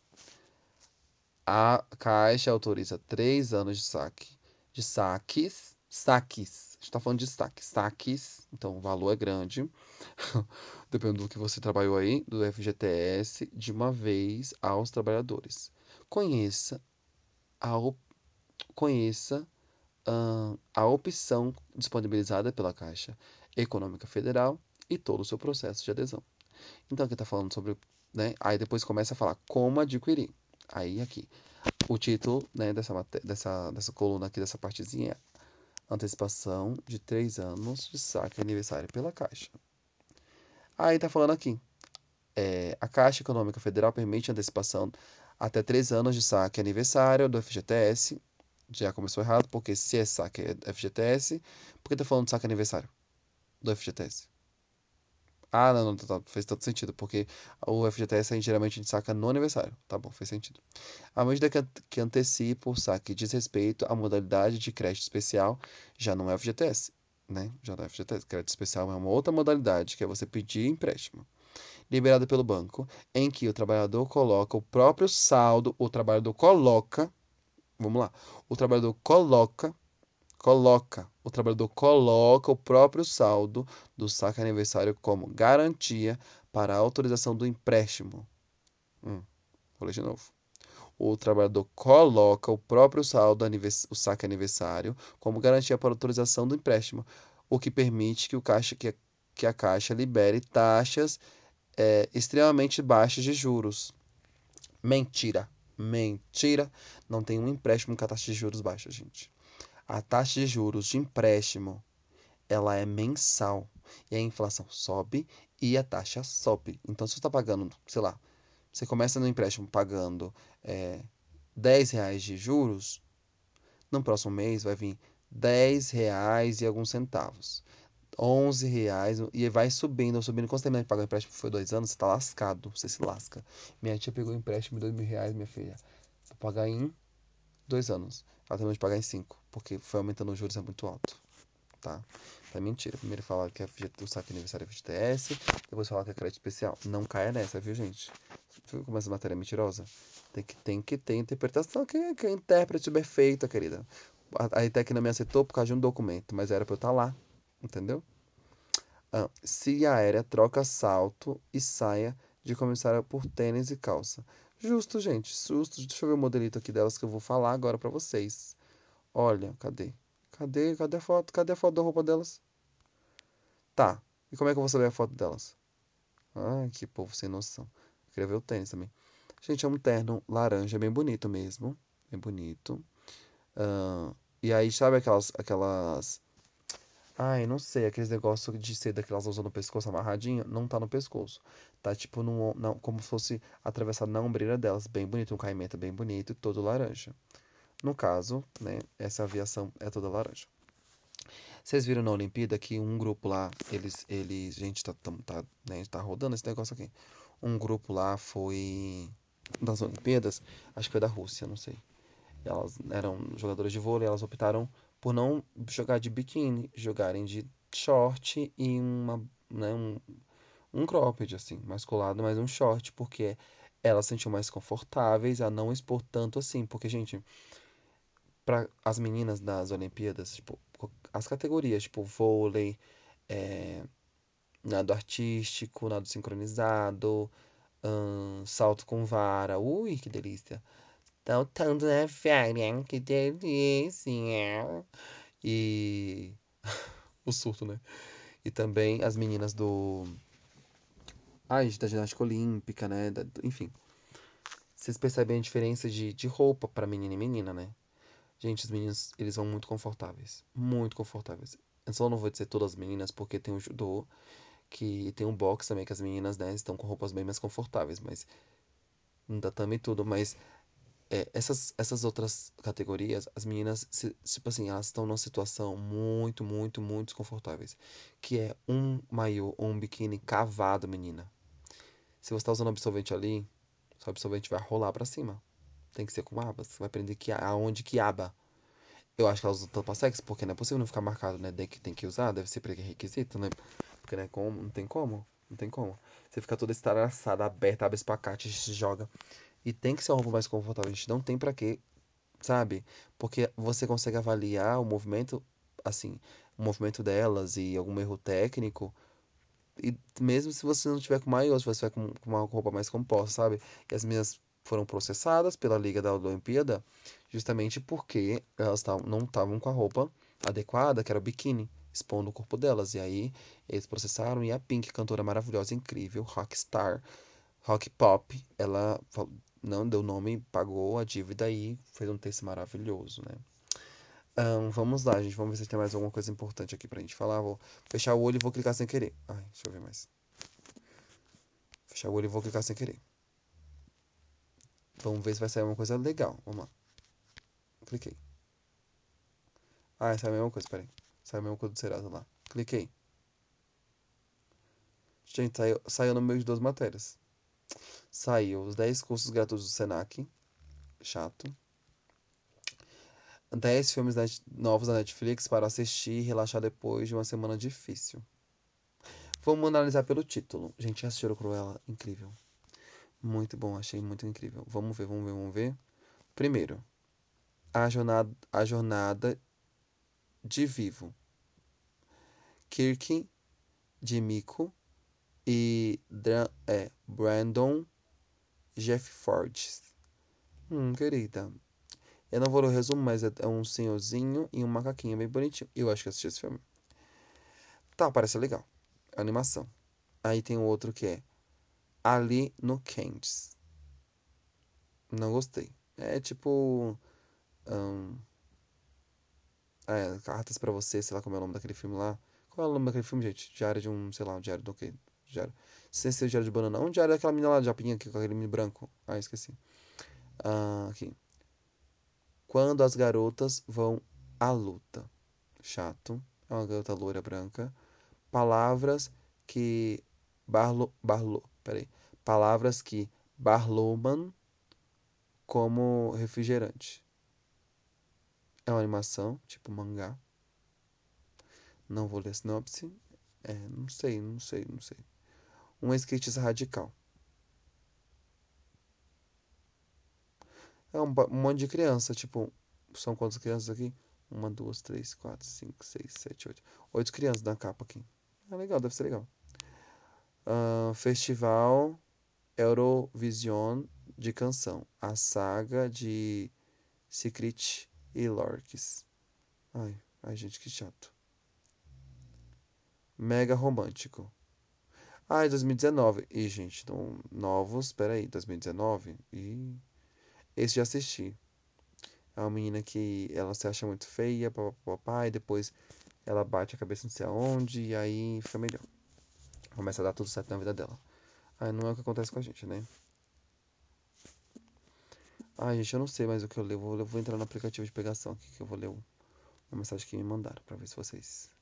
A Caixa autoriza 3 anos de saque. De saques. Saques. A gente tá falando de saques. Saques. Então o valor é grande. Dependendo do que você trabalhou aí, do FGTS, de uma vez aos trabalhadores. Conheça a, op- conheça, a opção disponibilizada pela Caixa Econômica Federal e todo o seu processo de adesão. Então aqui está falando sobre, né? Aí depois começa a falar como adquirir. Aí aqui, o título, né, dessa coluna aqui, dessa partezinha é Antecipação de 3 anos de saque aniversário pela Caixa. Aí tá falando aqui, a Caixa Econômica Federal permite antecipação até 3 anos de saque aniversário do FGTS. Já começou errado, porque se é saque FGTS, por que tá falando de saque aniversário do FGTS? Não, fez todo sentido, porque o FGTS geralmente a gente saca no aniversário. Tá bom, fez sentido. À medida que antecipa o saque diz respeito à modalidade de crédito especial, já não é FGTS, né? Já não é FGTS. Crédito especial é uma outra modalidade, que é você pedir empréstimo, liberado pelo banco, em que o trabalhador coloca o próprio saldo, vamos lá, o trabalhador coloca o próprio saldo do saque aniversário como garantia para a autorização do empréstimo. Vou ler de novo. O trabalhador coloca o próprio saldo, o saque aniversário, como garantia para a autorização do empréstimo, o que permite que a Caixa libere taxas extremamente baixas de juros. Mentira. Mentira. Não tem um empréstimo com a taxa de juros baixa, gente. A taxa de juros de empréstimo, ela é mensal. E a inflação sobe e a taxa sobe. Então, se você está pagando, sei lá, você começa no empréstimo pagando R$ 10 de juros, no próximo mês vai vir R$ 10 e alguns centavos. R$ 11 e vai subindo. Quando você terminar de pagar o empréstimo, foi 2 anos, você tá lascado, você se lasca. Minha tia pegou um empréstimo de R$ 2.000, minha filha, pra pagar em 2 anos. Ela terminou de pagar em 5, porque foi aumentando os juros, é muito alto, tá? É mentira. Primeiro falar que é o saque aniversário é FGTS, depois falar que é crédito especial. Não caia nessa, viu, gente? Viu como essa matéria é mentirosa? Tem que ter interpretação. Que é intérprete perfeita, querida. A ETEC não me aceitou por causa de um documento, mas era pra eu estar lá, entendeu? Se aérea troca salto e saia de comissária por tênis e calça. Justo, gente, justo. Deixa eu ver o modelito aqui delas que eu vou falar agora pra vocês. Olha, cadê? Cadê a foto? Cadê a foto da roupa delas? Tá. E como é que eu vou saber a foto delas? Ai, que povo sem noção. Eu queria ver o tênis também. Gente, é um terno laranja, bem bonito mesmo. Bem bonito. E aí, sabe aquelas. Ai, não sei, aqueles negócios de seda que elas usam no pescoço amarradinho? Não tá no pescoço. Tá tipo não, como se fosse atravessado na ombreira delas. Bem bonito, um caimento bem bonito e todo laranja. No caso, né, essa aviação é toda laranja. Vocês viram na Olimpíada que um grupo lá, gente, né, a gente tá rodando esse negócio aqui. Um grupo lá foi das Olimpíadas, acho que foi da Rússia, não sei. Elas eram jogadoras de vôlei, elas optaram por não jogar de biquíni, jogarem de short e né, um cropped, assim, mais colado, mas um short, porque elas se sentiam mais confortáveis a não expor tanto assim. Porque, gente, para as meninas das Olimpíadas, tipo, as categorias, tipo, vôlei, é, nado artístico, nado sincronizado, salto com vara, ui, que delícia. Saltando na vara, que delícia. E o surto, né? E também as meninas da ginástica olímpica, né? Enfim, vocês percebem a diferença de roupa para menina e menina, né? Gente, os meninos, eles são muito confortáveis. Muito confortáveis. Eu só não vou dizer todas as meninas, porque tem o judô, que tem um boxe também, que as meninas, né, estão com roupas bem mais confortáveis, mas não dá também tudo. Mas essas outras categorias, as meninas, tipo assim, elas estão numa situação muito, muito, muito desconfortáveis. Que é um maiô ou um biquíni cavado, menina. Se você tá usando absorvente ali, seu absorvente vai rolar pra cima. Tem que ser com abas. Você vai aprender aonde que aba. Eu acho que elas usam tampassex, porque não é possível não ficar marcado, né? Tem que usar, deve ser pré-requisito, né? Porque né, como, não tem como, não tem como. Você fica toda estaraçada, aberta, abre espacate, se joga. E tem que ser uma roupa mais confortável, a gente não tem pra quê, sabe? Porque você consegue avaliar o movimento, assim, o movimento delas e algum erro técnico. E mesmo se você não tiver com maiô, se você tiver com uma roupa mais composta, sabe? E as minhas foram processadas pela Liga da Olimpíada justamente porque elas não estavam com a roupa adequada, que era o biquíni, expondo o corpo delas. E aí eles processaram e a Pink, cantora maravilhosa, incrível, rockstar, rock pop, ela não deu nome, pagou a dívida e fez um texto maravilhoso, né? Vamos lá, gente. Vamos ver se tem mais alguma coisa importante aqui pra gente falar. Vou fechar o olho e vou clicar sem querer. Ai, deixa eu ver mais. Fechar o olho e vou clicar sem querer. Vamos ver se vai sair uma coisa legal. Vamos lá. Cliquei. Ah, saiu a mesma coisa, peraí. Saiu a mesma coisa do Serasa lá. Cliquei. Gente, saiu no meio de duas matérias. Saiu os 10 cursos gratuitos do Senac. Chato. 10 filmes novos da Netflix para assistir e relaxar depois de uma semana difícil. Vamos analisar pelo título. Gente, assistiram Cruella? Incrível. Muito bom, achei muito incrível. Vamos ver, vamos ver, vamos ver. Primeiro, a jornada de Vivo. Kirk, de Miko e Brandon Jefffords. Querida. Eu não vou ler o resumo, mas é um senhorzinho e um macaquinho bem bonitinho. Eu acho que assisti esse filme. Tá, parece legal. Animação. Aí tem o outro que é Ali no Candies. Não gostei. É tipo. ahn, Cartas pra você, sei lá como é o nome daquele filme lá. Qual é o nome daquele filme, gente? Diário de um, sei lá, um diário do quê? Diário. Sem ser diário de banana. Um diário daquela menina lá de Japinha, com aquele menino branco. Ah, esqueci. Aqui. Quando as garotas vão à luta. Chato. É uma garota loira branca. Palavras que peraí. Palavras que Barlowman como refrigerante. É uma animação, tipo mangá. Não vou ler a sinopse. Não sei, não sei, não sei. Um skatista radical. Um monte de criança, tipo, são quantas crianças aqui? Uma, duas, três, quatro, cinco, seis, sete, oito. Oito crianças na capa aqui. É legal, deve ser legal. Festival Eurovision de canção. A saga de Secret e Lorques. Ai, gente, que chato. Mega romântico. Ai, 2019. Ih, gente, então, novos, peraí, 2019? Esse já assisti. É uma menina que ela se acha muito feia, papapá, e depois ela bate a cabeça não sei aonde, e aí fica melhor. Começa a dar tudo certo na vida dela. Aí não é o que acontece com a gente, né? Ai, gente, eu não sei mais o que eu leio. Eu vou entrar no aplicativo de pegação aqui, que eu vou ler uma mensagem que me mandaram, pra ver se vocês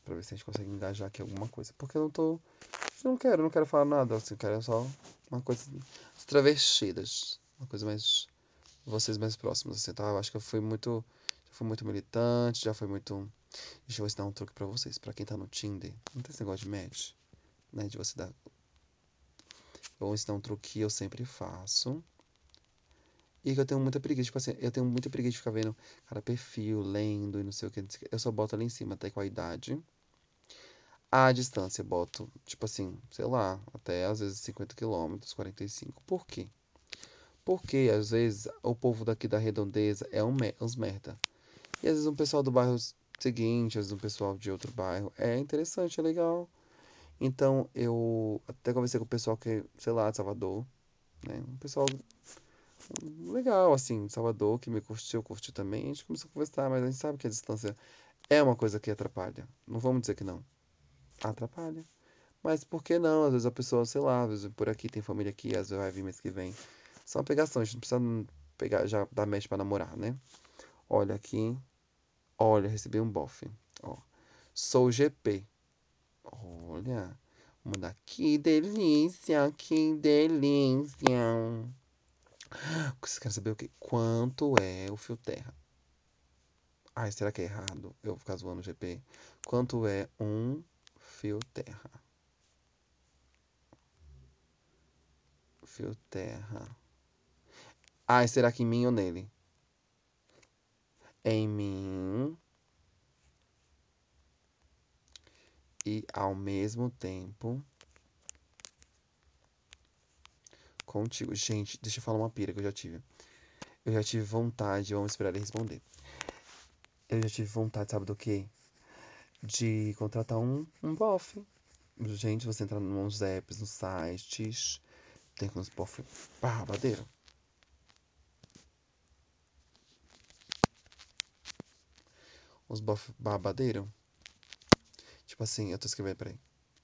Pra ver se a gente consegue engajar aqui alguma coisa. Porque eu não quero falar nada, assim, eu quero só uma coisa travestidas. Uma coisa mais, vocês mais próximos, assim, tá? Eu acho que já fui muito militante, já fui muito... Deixa eu ensinar um truque pra vocês. Pra quem tá no Tinder, não tem esse negócio de match, né? De você dar... Eu vou ensinar um truque que eu sempre faço. E que eu tenho muita preguiça, tipo assim, eu tenho muita preguiça de ficar vendo, cara, perfil, lendo e não sei o que, não sei o que. Eu só boto ali em cima, até com a idade. A distância, eu boto, tipo assim, sei lá, até às vezes 50 quilômetros, 45. Por quê? Porque às vezes o povo daqui da redondeza é uns merda. E às vezes um pessoal do bairro seguinte, às vezes um pessoal de outro bairro. É interessante, é legal. Então eu até conversei com o pessoal que, sei lá, de Salvador, né? Um pessoal legal, assim, de Salvador, que me curtiu também. A gente começou a conversar, mas a gente sabe que a distância é uma coisa que atrapalha. Não vamos dizer que não. Atrapalha. Mas por que não? Às vezes a pessoa, sei lá, às vezes por aqui tem família aqui, às vezes vai vir mês que vem. Só uma pegação, a gente não precisa pegar, já dar match pra namorar, né? Olha aqui. Olha, recebi um bofe. Ó. Sou GP. Olha. Manda. Que delícia, que delícia. Vocês querem saber o quê? Quanto é o fio terra? Ai, será que é errado eu ficar zoando o GP? Quanto é um fio terra? Fio terra. Ai, será que em mim ou nele? Em mim e ao mesmo tempo contigo. Gente, deixa eu falar uma pira que eu já tive. Eu já tive vontade, vamos esperar ele responder. Eu já tive vontade, sabe do quê? De contratar um bofe. Gente, você entra nos apps, nos sites, tem uns bofe babadeiro. Uns bofe babadeiro. Tipo assim, eu tô escrevendo, peraí.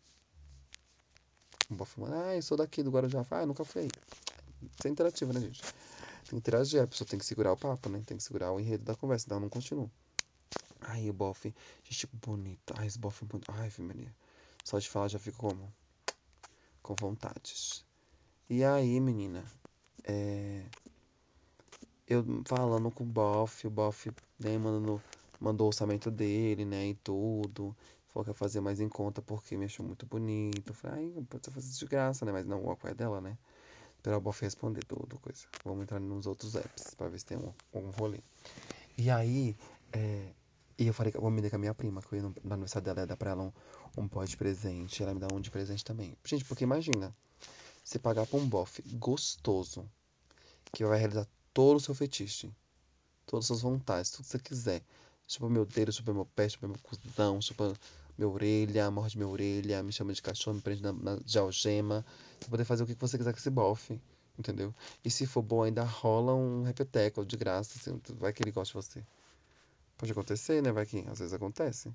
Um bofe, mano, eu sou daqui do Guarujá. Nunca fui aí. Isso é interativo, né, gente? Tem que interagir, a pessoa tem que segurar o papo, né? Tem que segurar o enredo da conversa, senão eu não continuo. Aí o bofe, gente bonita. Ai, esse bofe é muito. Ai, Maria. Só de falar já fico como? Com vontades. E aí, menina, é, eu falando com o Boff, né, mandou o orçamento dele, né, e tudo. Falou que ia fazer mais em conta porque me achou muito bonito. Eu falei, ai, pode fazer isso de graça, né? Mas não, o é dela, né? Esperar o Boff responder tudo, coisa. Vamos entrar nos outros apps pra ver se tem um rolê. E aí, é, e eu falei que eu vou me dar com a minha prima, que eu ia no aniversário dela, ia dar pra ela um pó de presente. Ela me dá um de presente também. Gente, porque imagina, você pagar pra um bofe gostoso, que vai realizar todo o seu fetiche, todas as suas vontades, tudo que você quiser. Chupa meu dedo, chupa meu pé, chupa meu cuzão, chupa minha orelha, morde minha orelha, me chama de cachorro, me prende de algema. Você poder fazer o que você quiser com esse bofe, entendeu? E se for bom, ainda rola um repeteco de graça, assim, vai que ele gosta de você. Pode acontecer, né? Vai que às vezes acontece.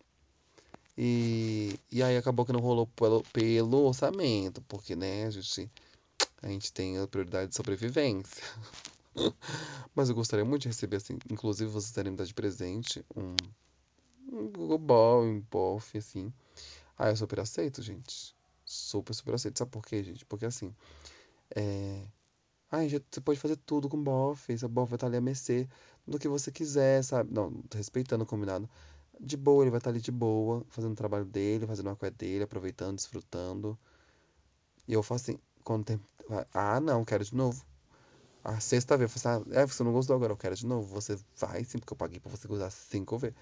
E aí acabou que não rolou pelo orçamento, porque, né, a gente tem a prioridade de sobrevivência. Mas eu gostaria muito de receber, assim, inclusive vocês terem me dado de presente um Google Ball, um Boff, assim. Ah, eu super aceito, gente. Super, super aceito. Sabe por quê, gente? Porque assim, é. Ai, você pode fazer tudo com Boff. Esse Boff vai estar ali a mercê do que você quiser, sabe? Não, respeitando o combinado. De boa, ele vai estar ali de boa, fazendo o trabalho dele, fazendo a coisa dele, aproveitando, desfrutando. E eu faço assim, quando tem. Ah, não, quero de novo. A sexta vez, eu falei assim, você não gostou agora, eu quero de novo. Você vai sim, porque eu paguei pra você gozar 5 vezes.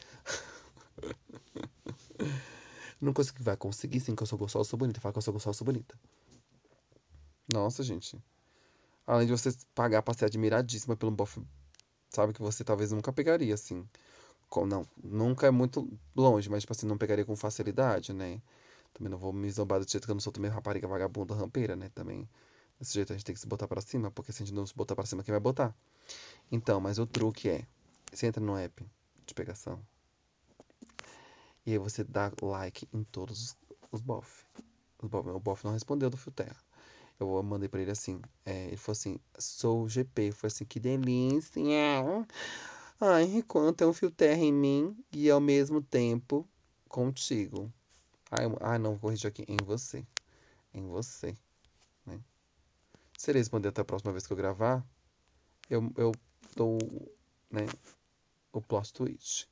Não consigo que vai conseguir sim, que eu sou gostosa, eu sou bonita. Fala que eu sou gostosa, eu sou bonita. Nossa, gente. Além de você pagar pra ser admiradíssima pelo bofe, sabe, que você talvez nunca pegaria, assim. Não, nunca é muito longe, mas, tipo assim, não pegaria com facilidade, né? Também não vou me zombar do jeito que eu não sou também rapariga vagabunda rampeira, né? Também, desse jeito a gente tem que se botar pra cima, porque se a gente não se botar pra cima, quem vai botar? Então, mas o truque é, você entra no app de pegação, e aí você dá like em todos os bof. O bof não respondeu do fio terra. Eu mandei pra ele assim, ele falou assim, sou o GP. Foi assim, que delícia. Ai, enquanto é um fio terra em mim e ao mesmo tempo contigo. Ah, não, vou corrigir aqui. Em você. Em você, né? Se ele responder até a próxima vez que eu gravar, eu dou, né, o plot twist.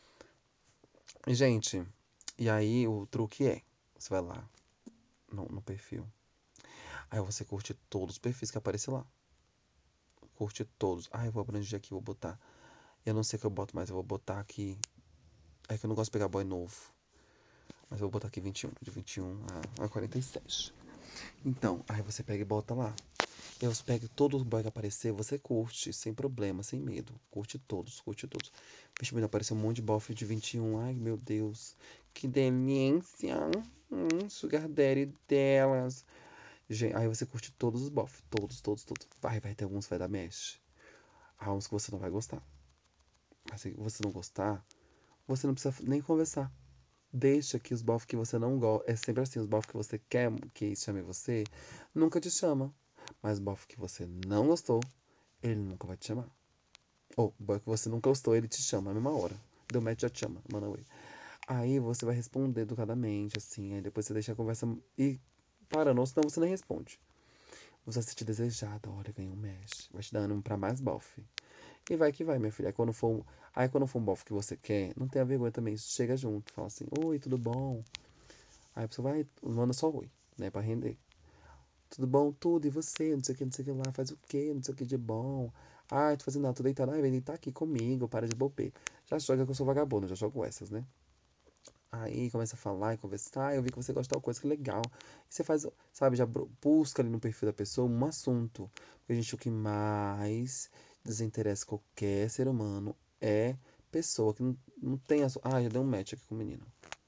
Gente, e aí o truque é, você vai lá no perfil. Aí você curte todos os perfis que aparecem lá. Curte todos. Ah, eu vou abranger aqui, vou botar. Eu não sei o que eu boto, mas eu vou botar aqui. É que eu não gosto de pegar boy novo. Mas eu vou botar aqui 21. De 21 a 47. Então, aí você pega e bota lá. Eu pego todos os boys que aparecer, você curte, sem problema, sem medo. Curte todos, curte todos. Vixe, me apareceu um monte de bofe de 21. Ai, meu Deus. Que delícia. Sugar daddy delas. Gente, aí você curte todos os bof. Todos, todos, todos. Vai ter alguns que vai dar match. Há uns que você não vai gostar. Mas se você não gostar, você não precisa nem conversar. Deixa que os bof que você não gosta. É sempre assim, os bof que você quer que chame você, nunca te chama. Mas bof que você não gostou, ele nunca vai te chamar. Ou boy que você nunca gostou, ele te chama na mesma hora. Deu match, já te chama, manda oi. Aí você vai responder educadamente, assim. Aí depois você deixa a conversa e parando, ou senão você nem responde. Você se sentir desejada, olha, ganhou um match. Vai te dar ânimo pra mais bofe. E vai que vai, minha filha. Aí quando for um bofe que você quer, não tenha vergonha também. Chega junto, fala assim, oi, tudo bom? Aí a pessoa vai, manda só oi, né, pra render. Tudo bom? Tudo, e você? Não sei o que, não sei o que lá, faz o que, não sei o que de bom. Ai, tô fazendo nada, tô deitado. Ai, vem deitar aqui comigo, para de bobeira. Já joga que eu sou vagabundo, já jogo essas, né? Aí começa a falar e conversar, eu vi que você gosta de tal coisa, que legal. E você faz, sabe, já busca ali no perfil da pessoa um assunto. Porque, gente, o que mais desinteressa qualquer ser humano é pessoa que não tem assunto. Ah, já deu um match aqui com o menino.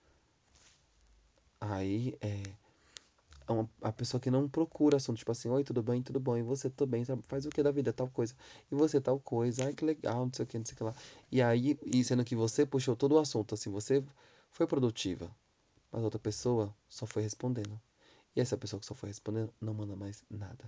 Aí a pessoa que não procura assunto, tipo assim, oi, tudo bem, tudo bom, e você, tudo bem, sabe? Faz o que da vida, tal coisa, e você, tal coisa, ai, que legal, não sei o que, não sei o que lá. E aí, e sendo que você puxou todo o assunto, assim, você foi produtiva, mas a outra pessoa só foi respondendo. E essa pessoa que só foi respondendo não manda mais nada.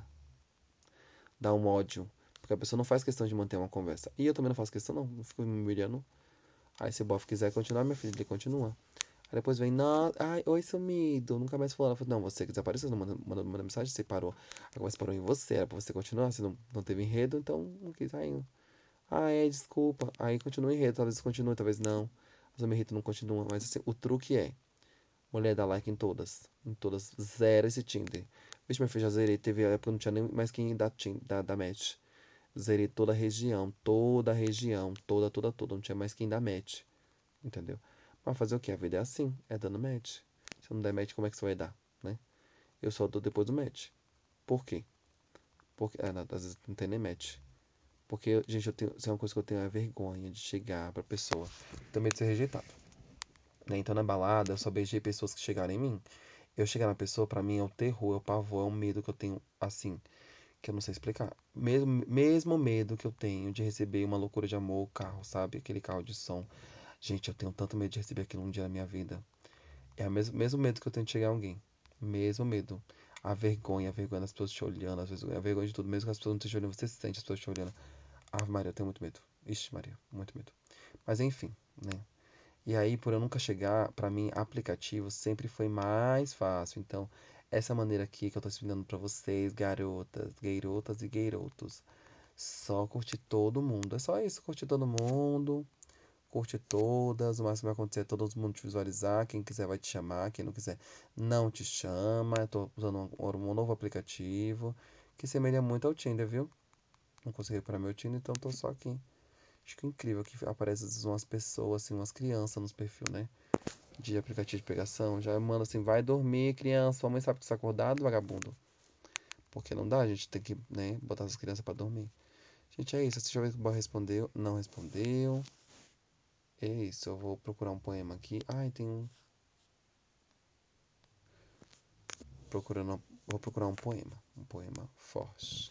Dá um ódio, porque a pessoa não faz questão de manter uma conversa. E eu também não faço questão, não, eu fico me humilhando. Aí se o bofe quiser continuar, meu filho, ele continua. Aí depois vem, não, ai, oi, sumido, nunca mais falou. Ela falou, não, você que desapareceu, não manda mensagem, você parou. Agora você parou em você, era pra você continuar, você não teve enredo, então não quis sair. Ah, desculpa. Aí continua o enredo, talvez continue, talvez não. Mas o meu enredo não continua. Mas assim, o truque é, mulher dá like em todas. Em todas. Zero esse Tinder. Vixe, meu filho, já zerei. Teve época que não tinha nem mais quem dar match. Zerei toda a região, toda a região, toda, toda, toda. Não tinha mais quem dar match. Entendeu? Mas fazer o que? A vida é assim, é dando match. Se não der match, como é que você vai dar, né? Eu só dou depois do match. Por quê? Porque, não, às vezes não tem nem match. Porque, gente, isso é uma coisa que eu tenho a vergonha de chegar pra pessoa. Tenho medo de ser rejeitado. Né? Então, na balada, eu só beijei pessoas que chegaram em mim. Eu chegar na pessoa, pra mim, é o terror, é o pavor, é um medo que eu tenho, assim, que eu não sei explicar. Mesmo medo que eu tenho de receber uma loucura de amor, carro, sabe? Aquele carro de som. Gente, eu tenho tanto medo de receber aquilo um dia na minha vida. É o mesmo medo que eu tenho de chegar a alguém. Mesmo medo. A vergonha das pessoas te olhando, às vezes, a vergonha de tudo, mesmo que as pessoas não estejam olhando, você sente as pessoas te olhando. Ah, Maria, eu tenho muito medo. Ixi, Maria, muito medo. Mas enfim, né? E aí, por eu nunca chegar, pra mim, aplicativo sempre foi mais fácil. Então, essa maneira aqui que eu tô ensinando pra vocês, garotas, gairotas e gairotos, só curtir todo mundo. É só isso, curtir todo mundo, curte todas. O máximo que vai acontecer é todo mundo te visualizar. Quem quiser vai te chamar, quem não quiser não te chama. Eu tô usando um novo aplicativo que semelha muito ao Tinder, viu? Não consegui para meu Tinder, então tô só aqui. Acho que é incrível que aparece às vezes umas pessoas, assim, umas crianças nos perfil, né? De aplicativo de pegação. Já manda assim, vai dormir, criança. Sua mãe sabe que você tá acordado, vagabundo. Porque não dá, a gente tem que, né, botar as crianças pra dormir. Gente, é isso. Deixa eu ver se o boy respondeu. Não respondeu. É isso, eu vou procurar um poema aqui. Ai, tem um. Procurando. Vou procurar um poema. Um poema forte.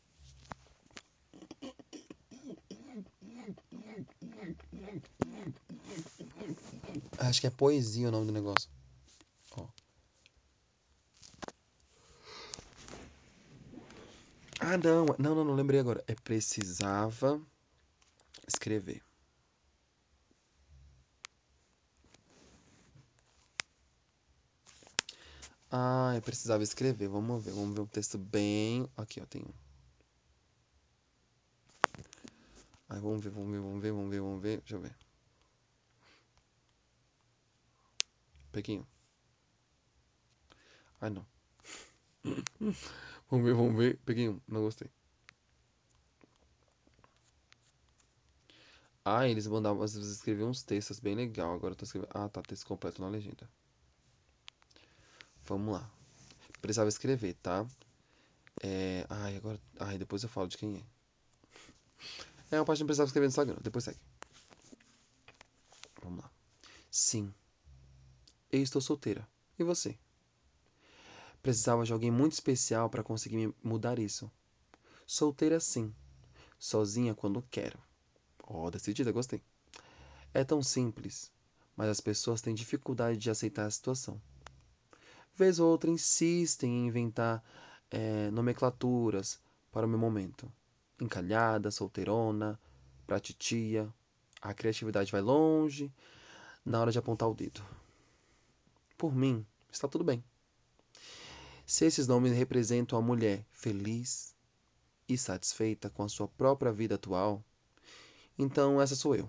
Acho que é poesia o nome do negócio. Ó. Ah, não. Não, não, não. Lembrei agora. É precisava escrever. Ah, eu precisava escrever. Vamos ver um texto bem. Aqui, ó, tem um. Ai, vamos ver. Deixa eu ver. Peguei um. Ai, não. Vamos ver. Peguei um. Não gostei. Ah, eles mandavam, às vezes escreviam uns textos bem legal. Agora eu tô escrevendo. Ah, tá, texto completo na legenda. Vamos lá. Precisava escrever, tá? Ai, agora. Ai, depois eu falo de quem é. É uma página que precisava escrever no Instagram. Depois segue. Vamos lá. Sim, eu estou solteira. E você? Precisava de alguém muito especial para conseguir mudar isso. Solteira sim, sozinha quando quero. Oh, decidida, gostei. É tão simples, mas as pessoas têm dificuldade de aceitar a situação. Vez ou outra insistem em inventar nomenclaturas para o meu momento. Encalhada, solteirona, pra titia. A criatividade vai longe na hora de apontar o dedo. Por mim, está tudo bem. Se esses nomes representam a mulher feliz e satisfeita com a sua própria vida atual, então essa sou eu.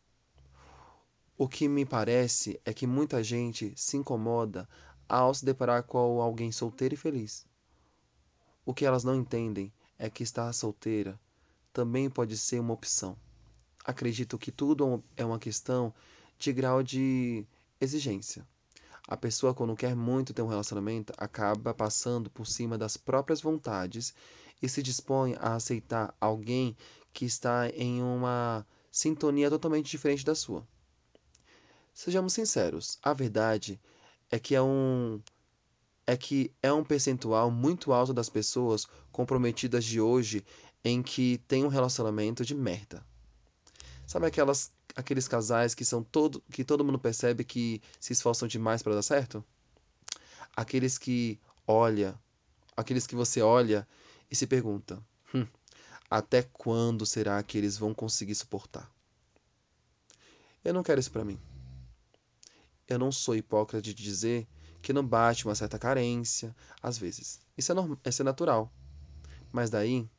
O que me parece é que muita gente se incomoda ao se deparar com alguém solteiro e feliz. O que elas não entendem é que estar solteira também pode ser uma opção. Acredito que tudo é uma questão de grau de exigência. A pessoa, quando quer muito ter um relacionamento, acaba passando por cima das próprias vontades e se dispõe a aceitar alguém que está em uma sintonia totalmente diferente da sua. Sejamos sinceros, a verdade é que é um percentual muito alto das pessoas comprometidas de hoje em que tem um relacionamento de merda. Sabe aqueles casais que todo mundo percebe que se esforçam demais para dar certo? Aqueles que olha, aqueles que você olha e se pergunta: até quando será que eles vão conseguir suportar? Eu não quero isso para mim. Eu não sou hipócrita de dizer que não bate uma certa carência, às vezes. Isso é natural. Mas daí,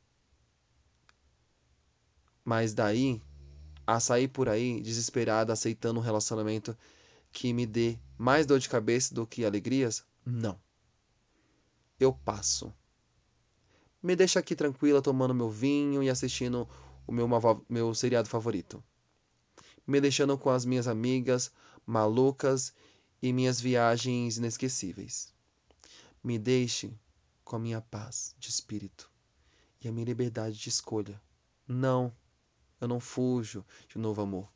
mas daí, a sair por aí desesperada aceitando um relacionamento que me dê mais dor de cabeça do que alegrias? Não. Eu passo. Me deixa aqui tranquila tomando meu vinho e assistindo meu seriado favorito. Me deixando com as minhas amigas malucas e minhas viagens inesquecíveis. Me deixe com a minha paz de espírito e a minha liberdade de escolha. Não, eu não fujo de novo amor.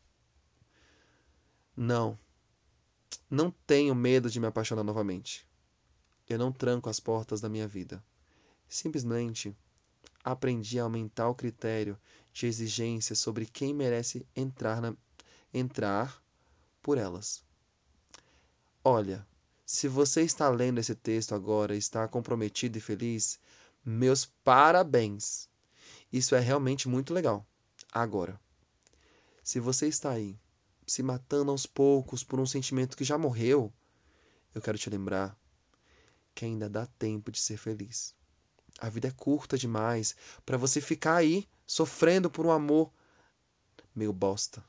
Não, não tenho medo de me apaixonar novamente. Eu não tranco as portas da minha vida. Simplesmente aprendi a aumentar o critério de exigência sobre quem merece entrar por elas. Olha, se você está lendo esse texto agora e está comprometido e feliz, meus parabéns. Isso é realmente muito legal. Agora, se você está aí se matando aos poucos por um sentimento que já morreu, eu quero te lembrar que ainda dá tempo de ser feliz. A vida é curta demais para você ficar aí sofrendo por um amor meio bosta.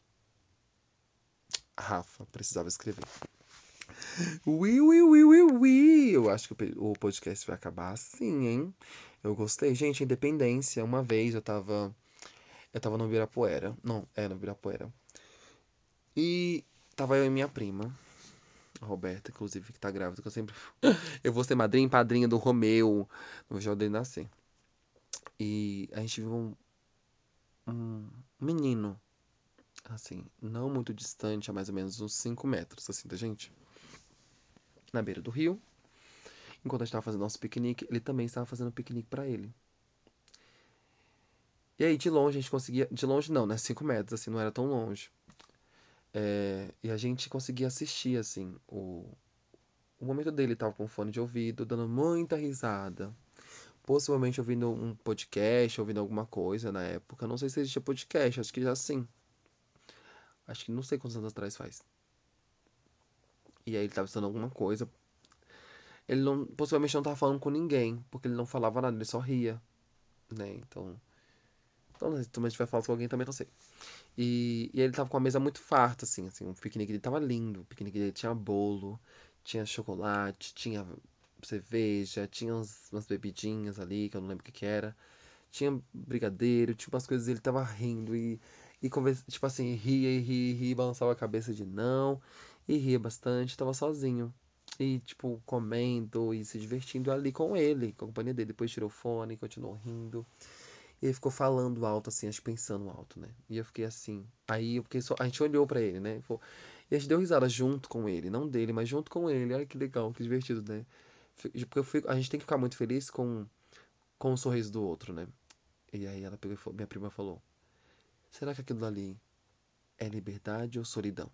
Rafa, precisava escrever. Ui, ui, ui, ui, ui. Eu acho que o podcast vai acabar assim, hein? Eu gostei. Gente, Independência. Uma vez eu tava no Ibirapuera. Não, no Ibirapuera. E tava eu e minha prima, a Roberta, inclusive, que tá grávida, que eu sempre. Eu vou ser madrinha e padrinha do Romeu no dia dele nascer. E a gente viu um menino, assim, não muito distante, a mais ou menos uns 5 metros, assim, da gente, na beira do rio. Enquanto a gente tava fazendo nosso piquenique, ele também estava fazendo piquenique pra ele. E aí, de longe, a gente conseguia. De longe, não, né? 5 metros, assim, não era tão longe. E a gente conseguia assistir, assim, o momento dele tava com fone de ouvido, dando muita risada. Possivelmente ouvindo um podcast, ouvindo alguma coisa na época. Não sei se existia podcast, acho que já sim. Acho que não sei quantos anos atrás faz. E aí ele tava estudando alguma coisa. Ele não, possivelmente não tava falando com ninguém, porque ele não falava nada, ele só ria, né? Então se tu estiver falando com alguém também não sei. E ele tava com a mesa muito farta, assim, o piquenique dele tava lindo. O piquenique dele tinha bolo, tinha chocolate, tinha cerveja, tinha umas bebidinhas ali, que eu não lembro o que que era. Tinha brigadeiro, tinha umas coisas, ele tava rindo e conversa, tipo assim, ria e ria e ria, balançava a cabeça de não, e ria bastante, tava sozinho. E, tipo, comendo e se divertindo ali com ele, com a companhia dele. Depois tirou o fone, continuou rindo. E ele ficou falando alto, assim, acho que pensando alto, né? E eu fiquei assim. Aí eu fiquei só. A gente olhou pra ele, né? E a gente deu risada junto com ele. Não dele, mas junto com ele. Olha que legal, que divertido, né? Porque a gente tem que ficar muito feliz com o sorriso do outro, né? E aí ela pegou minha prima falou: será que aquilo ali é liberdade ou solidão?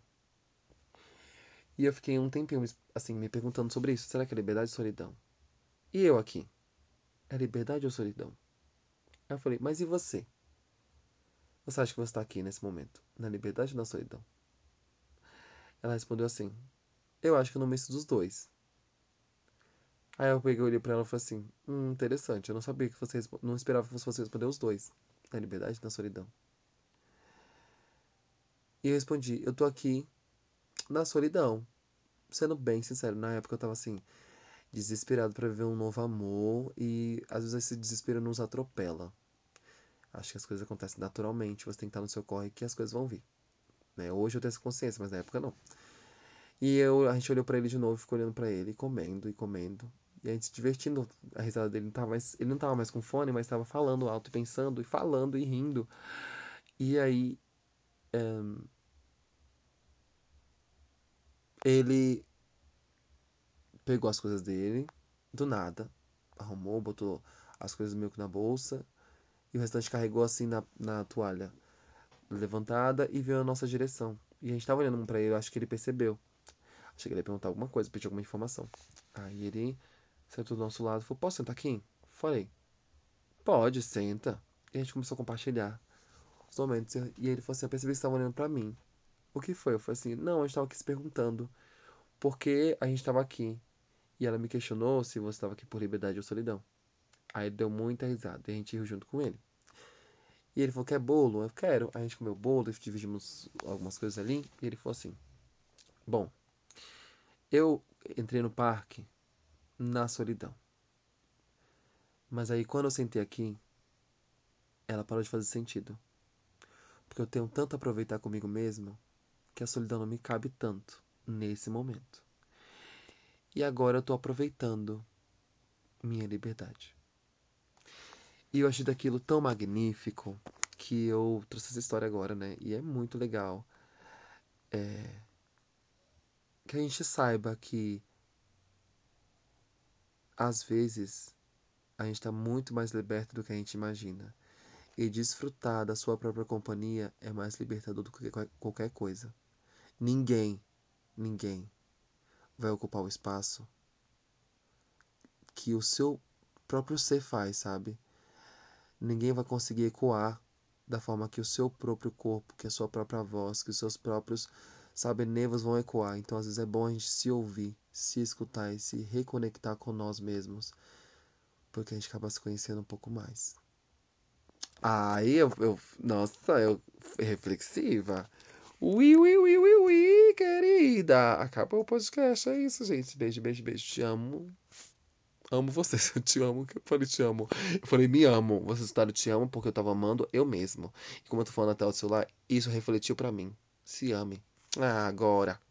E eu fiquei um tempinho, assim, me perguntando sobre isso. Será que é liberdade ou solidão? E eu aqui, é liberdade ou solidão? Aí eu falei, mas e você? Você acha que você está aqui nesse momento? Na liberdade ou na solidão? Ela respondeu assim: eu acho que eu não misto dos dois. Aí eu peguei, olhei pra ela e falei assim: interessante, eu não sabia que você não esperava que fosse você responder os dois. Na liberdade ou na solidão? E eu respondi: eu tô aqui na solidão. Sendo bem sincero, na época eu tava assim, desesperado pra viver um novo amor e às vezes esse desespero nos atropela. Acho que as coisas acontecem naturalmente, você tem que estar no seu corre que as coisas vão vir. Né? Hoje eu tenho essa consciência, mas na época não. A gente olhou pra ele de novo, ficou olhando pra ele, comendo e comendo. E a gente se divertindo, a risada dele não tava mais, ele não tava mais com fone, mas tava falando alto e pensando e falando e rindo. E aí ele pegou as coisas dele, do nada, arrumou, botou as coisas meio que na bolsa e o restante carregou assim na toalha levantada e veio na nossa direção. E a gente tava olhando um pra ele, eu acho que ele percebeu. Achei que ele ia perguntar alguma coisa, pedir alguma informação. Aí ele sentou do nosso lado e falou: posso sentar aqui? Falei: pode, senta. E a gente começou a compartilhar os momentos. E ele falou assim: eu percebi que você estava olhando pra mim. O que foi? Eu falei assim: não, a gente estava aqui se perguntando por que a gente estava aqui. E ela me questionou se você estava aqui por liberdade ou solidão. Aí ele deu muita risada e a gente riu junto com ele. E ele falou: quer bolo? Eu quero. Aí a gente comeu bolo e dividimos algumas coisas ali. E ele falou assim: bom, eu entrei no parque na solidão. Mas aí quando eu sentei aqui, ela parou de fazer sentido. Porque eu tenho tanto a aproveitar comigo mesmo que a solidão não me cabe tanto nesse momento. E agora eu tô aproveitando minha liberdade. E eu achei daquilo tão magnífico que eu trouxe essa história agora, né? E é muito legal que a gente saiba que às vezes a gente está muito mais liberto do que a gente imagina. E desfrutar da sua própria companhia é mais libertador do que qualquer coisa. Ninguém, ninguém vai ocupar o espaço que o seu próprio ser faz, sabe? Ninguém vai conseguir ecoar da forma que o seu próprio corpo, que a sua própria voz, que os seus próprios, sabe, nervos vão ecoar. Então, às vezes é bom a gente se ouvir, se escutar e se reconectar com nós mesmos, porque a gente acaba se conhecendo um pouco mais. Aí nossa, eu reflexiva. Ui, ui, ui, ui, ui, querida. Acabou o podcast, é isso, gente. Beijo, beijo, beijo. Te amo. Amo vocês, eu te amo. Eu falei te amo. Eu falei me amo. Vocês escutaram te amo porque eu tava amando eu mesmo. E como eu tô falando até o celular, isso refletiu pra mim. Se ame. Ah, agora.